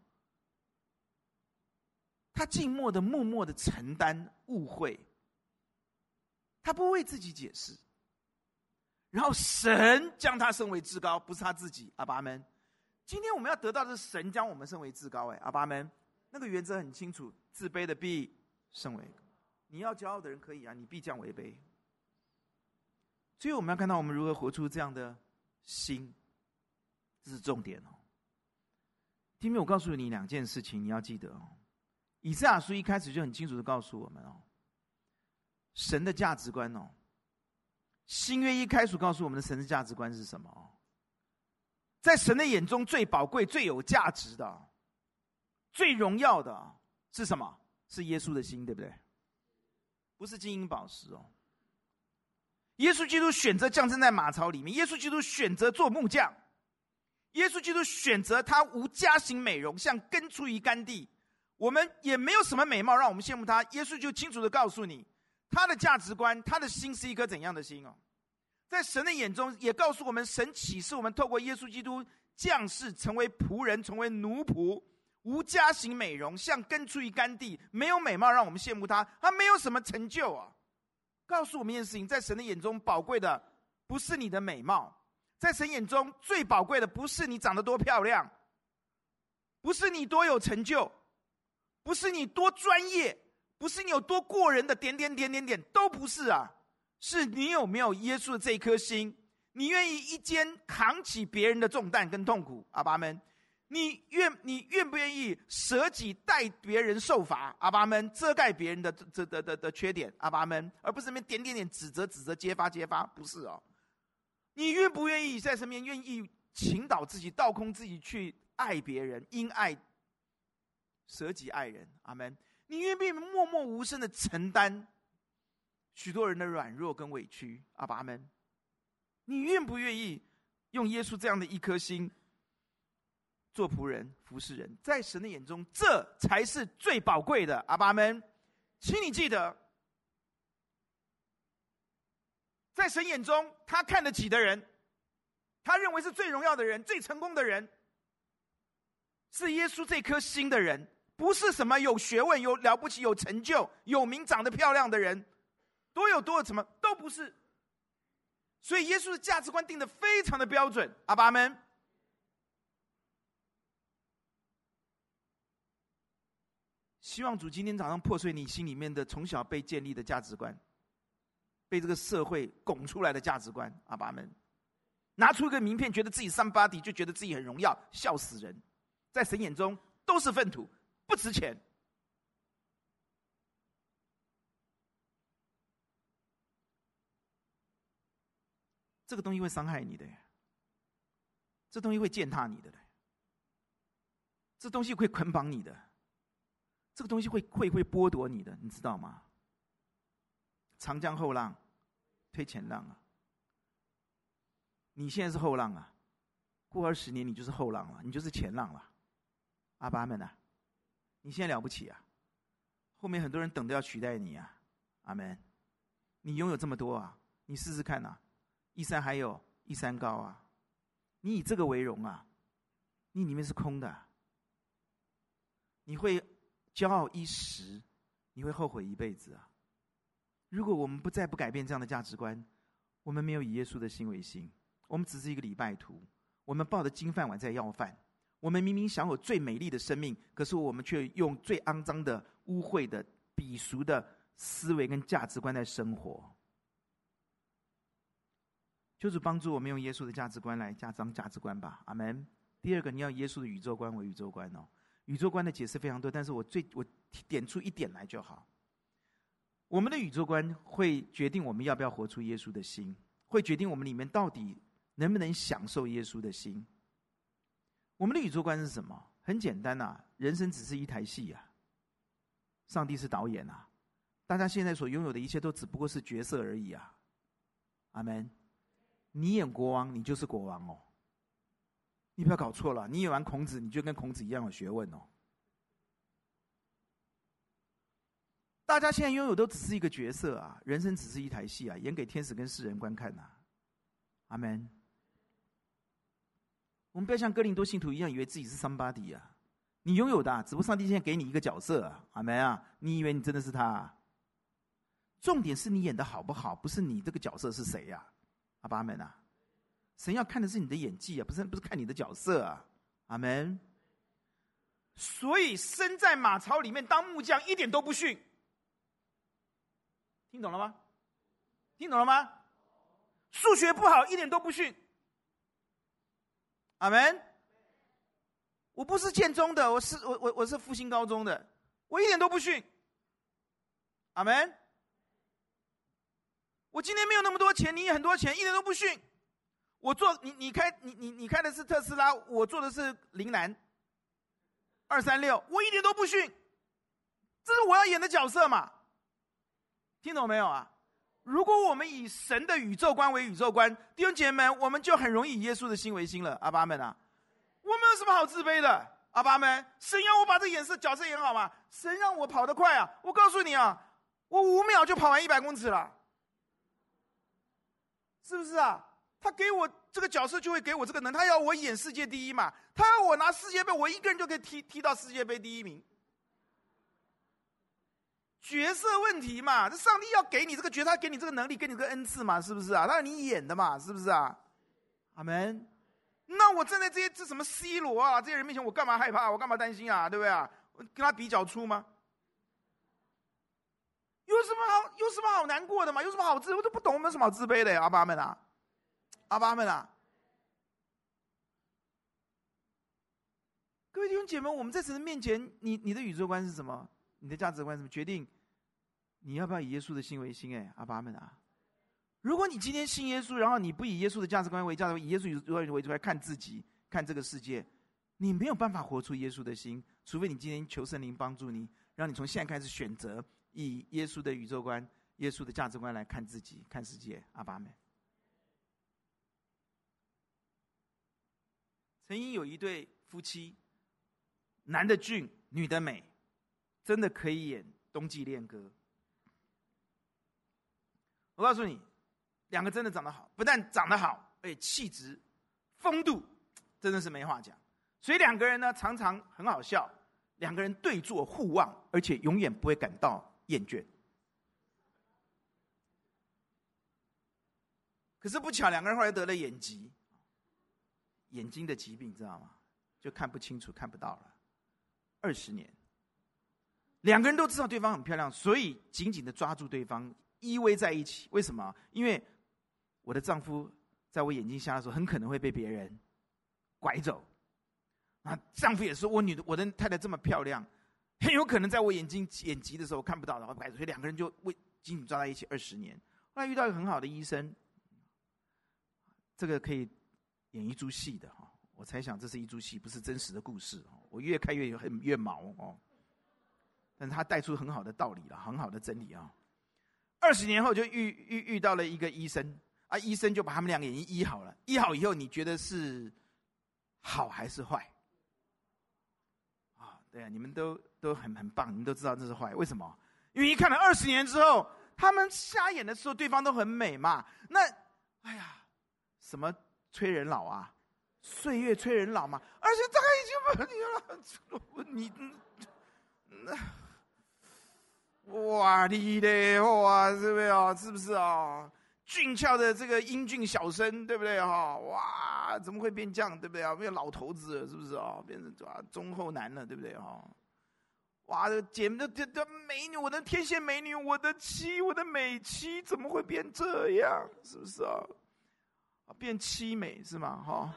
他静默的默默的承担误会，他不为自己解释，然后神将他升为至高，不是他自己，阿们。今天我们要得到的是神将我们升为至高，阿们。那个原则很清楚，自卑的必升为高。你要骄傲的人可以你必降为卑。所以我们要看到我们如何活出这样的心，这是重点今天我告诉你2件事情，你要记得以赛亚书一开始就很清楚的告诉我们神的价值观新约一开始告诉我们的神的价值观是什么？在神的眼中最宝贵、最有价值的、最荣耀的是什么？是耶稣的心，对不对？不是金银宝石耶稣基督选择降生在马槽里面，耶稣基督选择做木匠，耶稣基督选择他无家型美容，像根出于干地。我们也没有什么美貌让我们羡慕他，耶稣就清楚的告诉你，他的价值观，他的心是一颗怎样的心在神的眼中也告诉我们，神启示我们透过耶稣基督降世，成为仆人，成为奴仆，无家型美容，像根出于干地，没有美貌让我们羡慕他，他没有什么成就告诉我们一件事情，在神的眼中宝贵的不是你的美貌，在神眼中最宝贵的不是你长得多漂亮，不是你多有成就，不是你多专业，不是你有多过人的点，都不是是你有没有耶稣的这一颗心，你愿意一肩扛起别人的重担跟痛苦，阿们。你愿不愿意舍己代别人受罚，阿们，遮盖别人的缺点，阿们，而不是那边点指责揭发，不是你愿不愿意在身边愿意倾倒自己，倒空自己去爱别人，因爱舍己爱人，阿们。你愿不愿意默默无声的承担许多人的软弱跟委屈，阿们。你愿不愿意用耶稣这样的一颗心做仆人服侍人？在神的眼中这才是最宝贵的，阿们。请你记得，在神眼中他看得起的人，他认为是最荣耀的人，最成功的人，是耶稣这颗心的人，不是什么有学问有了不起有成就有名长得漂亮的人，多有什么都不是。所以耶稣的价值观定得非常的标准，阿们。希望主今天早上破碎你心里面的从小被建立的价值观，被这个社会拱出来的价值观，阿们。拿出一个名片，觉得自己somebody，就觉得自己很荣耀，笑死人。在神眼中都是粪土，不值钱。这个东西会伤害你的，这东西会践踏你的，这东西会捆绑你的，这个东西会剥夺你的，你知道吗？长江后浪推前浪你现在是后浪过20年你就是后浪了，你就是前浪了，阿们你现在了不起后面很多人等着要取代你阿们。你拥有这么多你试试看一山还有一山高啊！你以这个为荣啊，你里面是空的，你会骄傲一时，你会后悔一辈子啊！如果我们不改变这样的价值观，我们没有以耶稣的心为心，我们只是一个礼拜徒，我们抱着金饭碗在要饭，我们明明享有最美丽的生命，可是我们却用最肮脏的、污秽的、鄙俗的思维跟价值观在生活。求主帮助我们用耶稣的价值观来加上价值观吧，阿们。第二个，你要耶稣的宇宙观为宇宙观哦。宇宙观的解释非常多，但是我点出一点来就好。我们的宇宙观会决定我们要不要活出耶稣的心，会决定我们里面到底能不能享受耶稣的心。我们的宇宙观是什么？很简单啊，人生只是一台戏啊，上帝是导演啊，大家现在所拥有的一切都只不过是角色而已啊，阿们。你演国王，你就是国王哦。你不要搞错了，你演完孔子，你就跟孔子一样有学问哦。大家现在拥有都只是一个角色啊，人生只是一台戏啊，演给天使跟世人观看啊。阿们。我们不要像哥林多信徒一样，以为自己是 somebody 啊。你拥有的啊，只不过上帝现在给你一个角色啊，阿们啊。你以为你真的是他啊？重点是你演的好不好，不是你这个角色是谁啊。阿们啊！神要看的是你的演技啊，不是看你的角色啊，阿们。所以生在马槽里面当木匠一点都不逊，听懂了吗？听懂了吗？数学不好一点都不逊，阿们。我不是建中的，我是复兴高中的，我一点都不逊，阿们。我今天没有那么多钱，你也很多钱，一点都不逊。你开的是特斯拉，我坐的是铃兰236，我一点都不逊。这是我要演的角色嘛？听懂没有啊？如果我们以神的宇宙观为宇宙观，弟兄姐妹们，我们就很容易以耶稣的心为心了。阿爸们啊，我没有什么好自卑的。阿爸们，神要我把这角色演好嘛？神让我跑得快啊！我告诉你啊，我5秒就跑完100公尺了。是不是啊？他给我这个角色就会给我这个能，他要我演世界第一嘛，他要我拿世界杯，我一个人就可以踢到世界杯第1名。角色问题嘛，这上帝要给你这个角色，他给你这个能力，给你这个恩赐嘛，是不是啊？他让你演的嘛，是不是啊？阿们。那我站在这什么 C 罗啊这些人面前，我干嘛害怕？我干嘛担心啊？对不对啊？我跟他比较粗吗？有什么好难过的吗？有什么好自？我都不懂，我们有什么好自卑的呀？阿爸们啊，阿爸们啊！各位弟兄姐妹，我们在神面前，你的宇宙观是什么？你的价值观是什么？决定你要不要以耶稣的心为心？哎，阿爸们啊！如果你今天信耶稣，然后你不以耶稣的价值观为价值观，以耶稣宇宙观为主来看自己、看这个世界，你没有办法活出耶稣的心，除非你今天求圣灵帮助你，让你从现在开始选择。以耶稣的宇宙观、耶稣的价值观来看自己、看世界，阿爸们。曾经有一对夫妻，男的俊，女的美，真的可以演冬季恋歌。我告诉你，2个真的长得好，不但长得好，而且气质、风度真的是没话讲。所以2个人呢，常常很好笑，2个人对坐互望，而且永远不会感到厌倦。可是不巧，2个人后来得了眼疾，眼睛的疾病，知道吗？就看不清楚，看不到了。20年，2个人都知道对方很漂亮，所以紧紧的抓住对方，依偎在一起。为什么？因为我的丈夫在我眼睛瞎的时候，很可能会被别人拐走。啊，丈夫也说，我的太太这么漂亮，很有可能在我眼疾的时候看不到，然后拐走。所以2个人就紧紧抓在一起20年。后来遇到一个很好的医生，这个可以演一出戏的哈。我猜想这是一出戏，不是真实的故事。我越看越毛哦。但是他带出很好的道理了，很好的真理啊。20年后就遇到了一个医生啊，医生就把他们2个眼睛医好了。医好以后，你觉得是好还是坏？啊，对啊，你们都很棒，你们都知道这是坏。为什么？因为一看了20年之后，他们瞎眼的时候，对方都很美嘛。那，哎呀， 什么催人老啊？岁月催人老嘛。而且这个已经不你哇你嘞哇，是不是啊？是不是啊？俊俏的这个英俊小生，对不对哈？哇，怎么会变这样，对不对啊？变老头子了，是不是啊？变成忠厚男了，对不对哈？哇，这个姐妹的美女，我的天仙美女，我的妻，我的美妻，怎么会变这样？是不是啊？变凄美是吗？哈！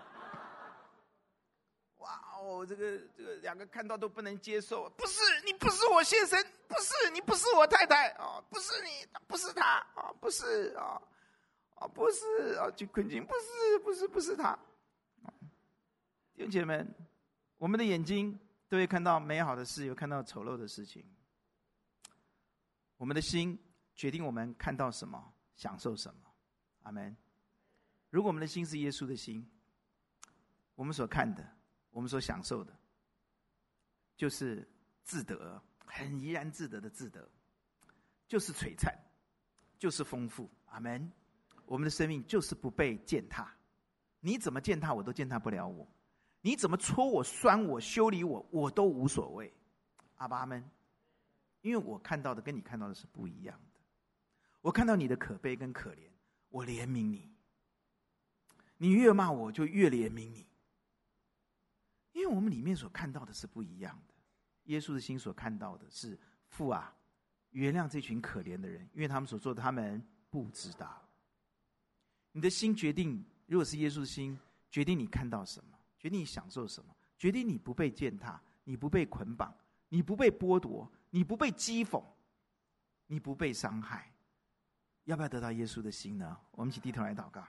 哇哦，这个两个看到都不能接受，不是你不是我先生，不是你不是我太太啊，不是你不是他啊，不是啊。不是啊，就困境，不是他。弟兄姐妹们，我们的眼睛都会看到美好的事，有看到丑陋的事情。我们的心决定我们看到什么，享受什么。阿们。如果我们的心是耶稣的心，我们所看的，我们所享受的，就是自得，很怡然自得的自得，就是璀璨，就是丰富。阿们。我们的生命就是不被践踏，你怎么践踏我都践踏不了我，你怎么戳我、酸我、修理我，我都无所谓。阿爸们，因为我看到的跟你看到的是不一样的。我看到你的可悲跟可怜，我怜悯你。你越骂我，就越怜悯你。因为我们里面所看到的是不一样的。耶稣的心所看到的是父啊，原谅这群可怜的人，因为他们所做的，他们不知道。你的心决定，如果是耶稣的心，决定你看到什么，决定你享受什么，决定你不被践踏，你不被捆绑，你不被剥夺，你不被讥讽，你不被伤害。要不要得到耶稣的心呢？我们一起低头来祷告。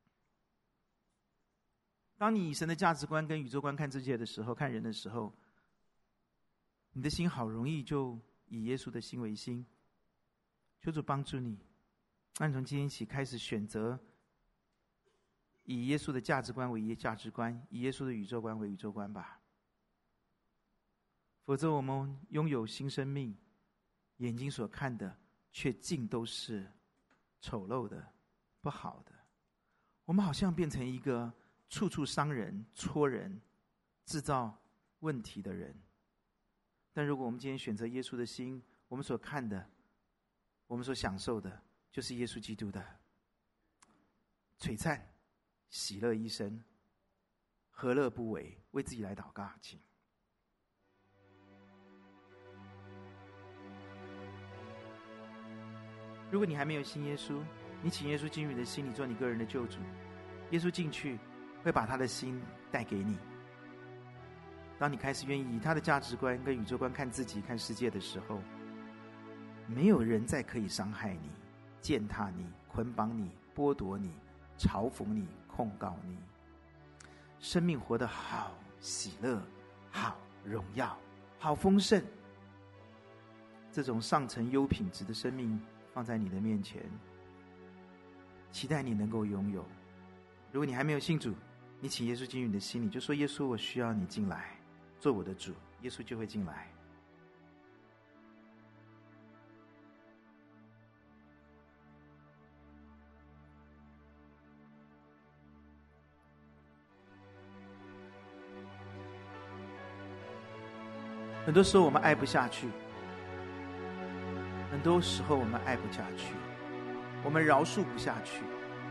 当你以神的价值观跟宇宙观看世界的时候，看人的时候，你的心好容易就以耶稣的心为心。求主帮助你，让你从今天起开始选择以耶稣的价值观为价值观，以耶稣的宇宙观为宇宙观吧。否则我们拥有新生命，眼睛所看的却尽都是丑陋的、不好的。我们好像变成一个处处伤人、戳人、制造问题的人。但如果我们今天选择耶稣的心，我们所看的，我们所享受的，就是耶稣基督的璀璨、喜乐一生，何乐不为？为自己来祷告，请。如果你还没有信耶稣，你请耶稣进入你的心里，做你个人的救主。耶稣进去，会把他的心带给你。当你开始愿意以他的价值观跟宇宙观看自己、看世界的时候，没有人再可以伤害你、践踏你、捆绑你、剥夺你、嘲讽你、控告你。生命活得好喜乐、好荣耀、好丰盛。这种上层优品质的生命放在你的面前，期待你能够拥有。如果你还没有信主，你请耶稣进入你的心里，就说：耶稣，我需要你进来做我的主。耶稣就会进来。很多时候我们爱不下去，很多时候我们爱不下去，我们饶恕不下去，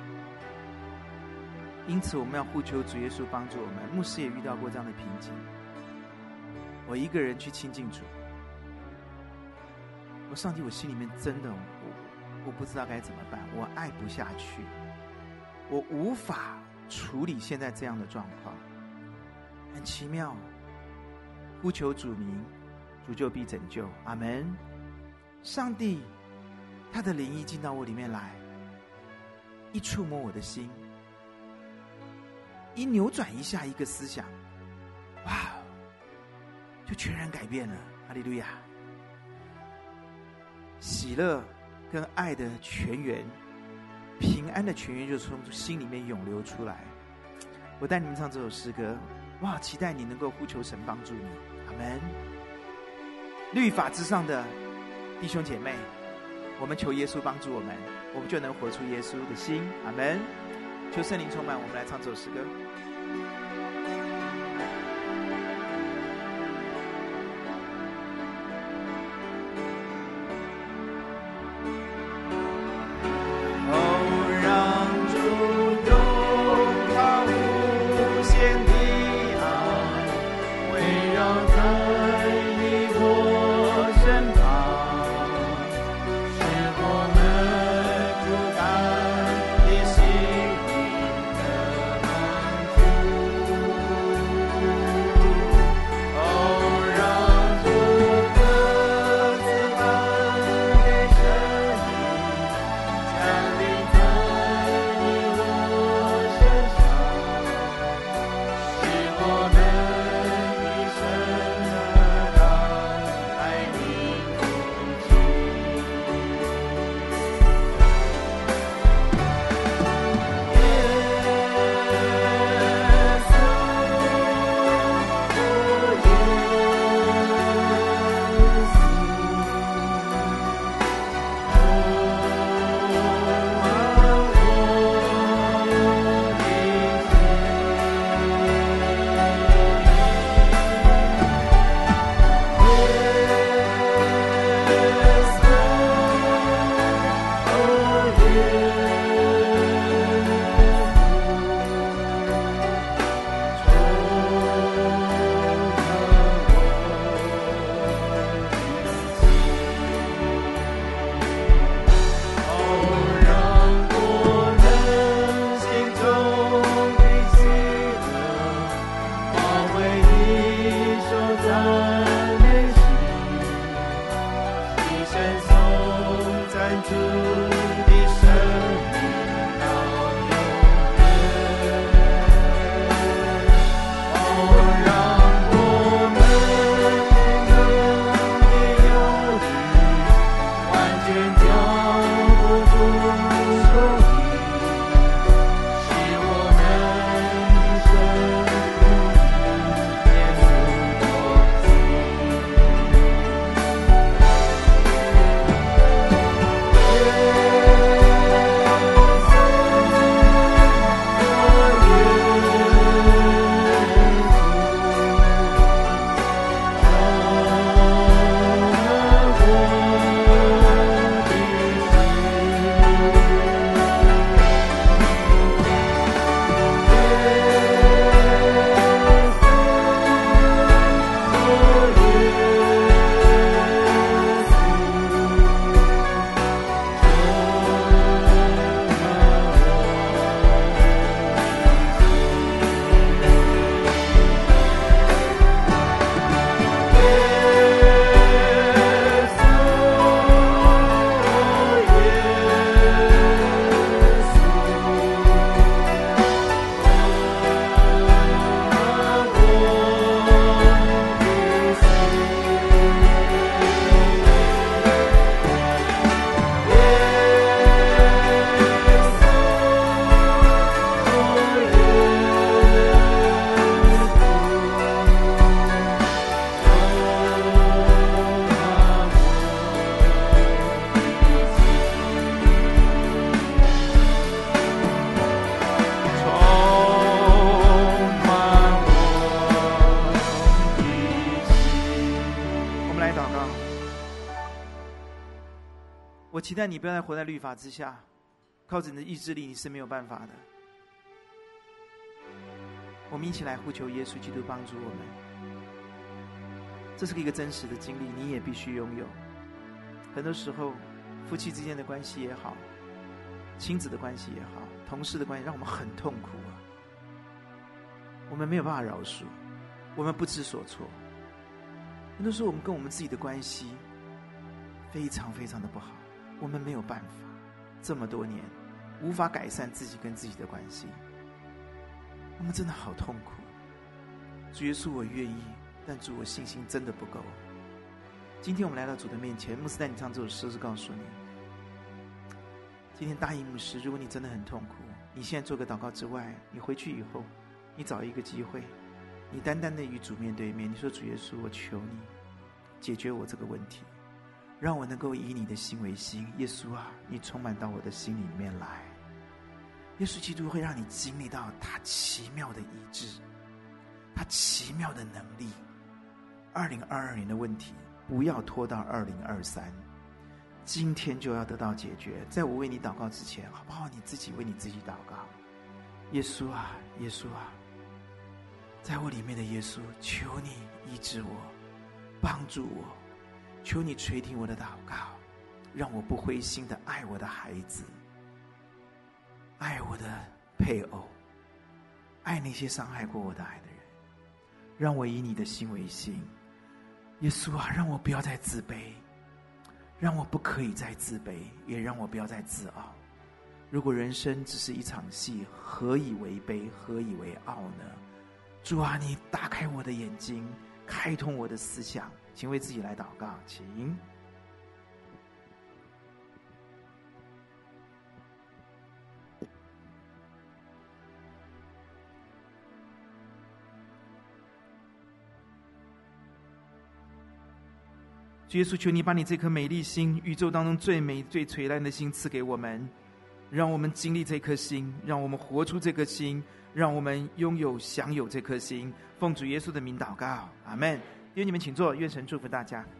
因此我们要呼求主耶稣帮助我们。牧师也遇到过这样的瓶颈，我一个人去亲近主，我上帝，我心里面真的我不知道该怎么办，我爱不下去，我无法处理现在这样的状况。很奇妙，呼求主名，主就必拯救。阿们。上帝他的灵意进到我里面来，一触摸我的心，一扭转一下一个思想，哇，就全然改变了。哈利路亚！喜乐跟爱的泉源，平安的泉源就从心里面涌流出来。我带你们唱这首诗歌，我好期待你能够呼求神帮助你。阿们。律法之上的弟兄姐妹，我们求耶稣帮助我们，我们就能活出耶稣的心。阿们。 求圣灵充满我们，来唱这首诗歌。我期待你不要再活在律法之下，靠着你的意志力你是没有办法的。我们一起来呼求耶稣基督帮助我们，这是一个真实的经历，你也必须拥有。很多时候夫妻之间的关系也好，亲子的关系也好，同事的关系让我们很痛苦啊，我们没有办法饶恕，我们不知所措。很多时候我们跟我们自己的关系非常非常的不好，我们没有办法，这么多年无法改善自己跟自己的关系，我们真的好痛苦。主耶稣，我愿意，但主，我信心真的不够。今天我们来到主的面前，牧师带你唱这首诗，是告诉你，今天答应牧师，如果你真的很痛苦，你现在做个祷告之外，你回去以后，你找一个机会，你单单的与主面对面，你说主耶稣，我求你解决我这个问题，让我能够以你的心为心。耶稣啊，你充满到我的心里面来。 耶稣基督会让你经历到他奇妙的医治，他奇妙的能力。2022年的问题不要拖到2023，今天就要得到解决。在我为你祷告之前，好不好？你自己为你自己祷告。耶稣啊，耶稣啊，在我里面的耶稣，求你医治我，帮助我，求你垂听我的祷告，让我不灰心的爱我的孩子，爱我的配偶，爱那些伤害过我的爱的人，让我以你的心为心。耶稣啊，让我不要再自卑，让我不可以再自卑，也让我不要再自傲。如果人生只是一场戏，何以为悲，何以为傲呢？主啊，你打开我的眼睛，开通我的思想。请为自己来祷告，请。主耶稣，求你把你这颗美丽心，宇宙当中最美最璀璨的心赐给我们，让我们经历这颗心，让我们活出这颗心，让我们拥有享有这颗心。奉主耶稣的名祷告，阿们。弟兄你们请坐，愿神祝福大家。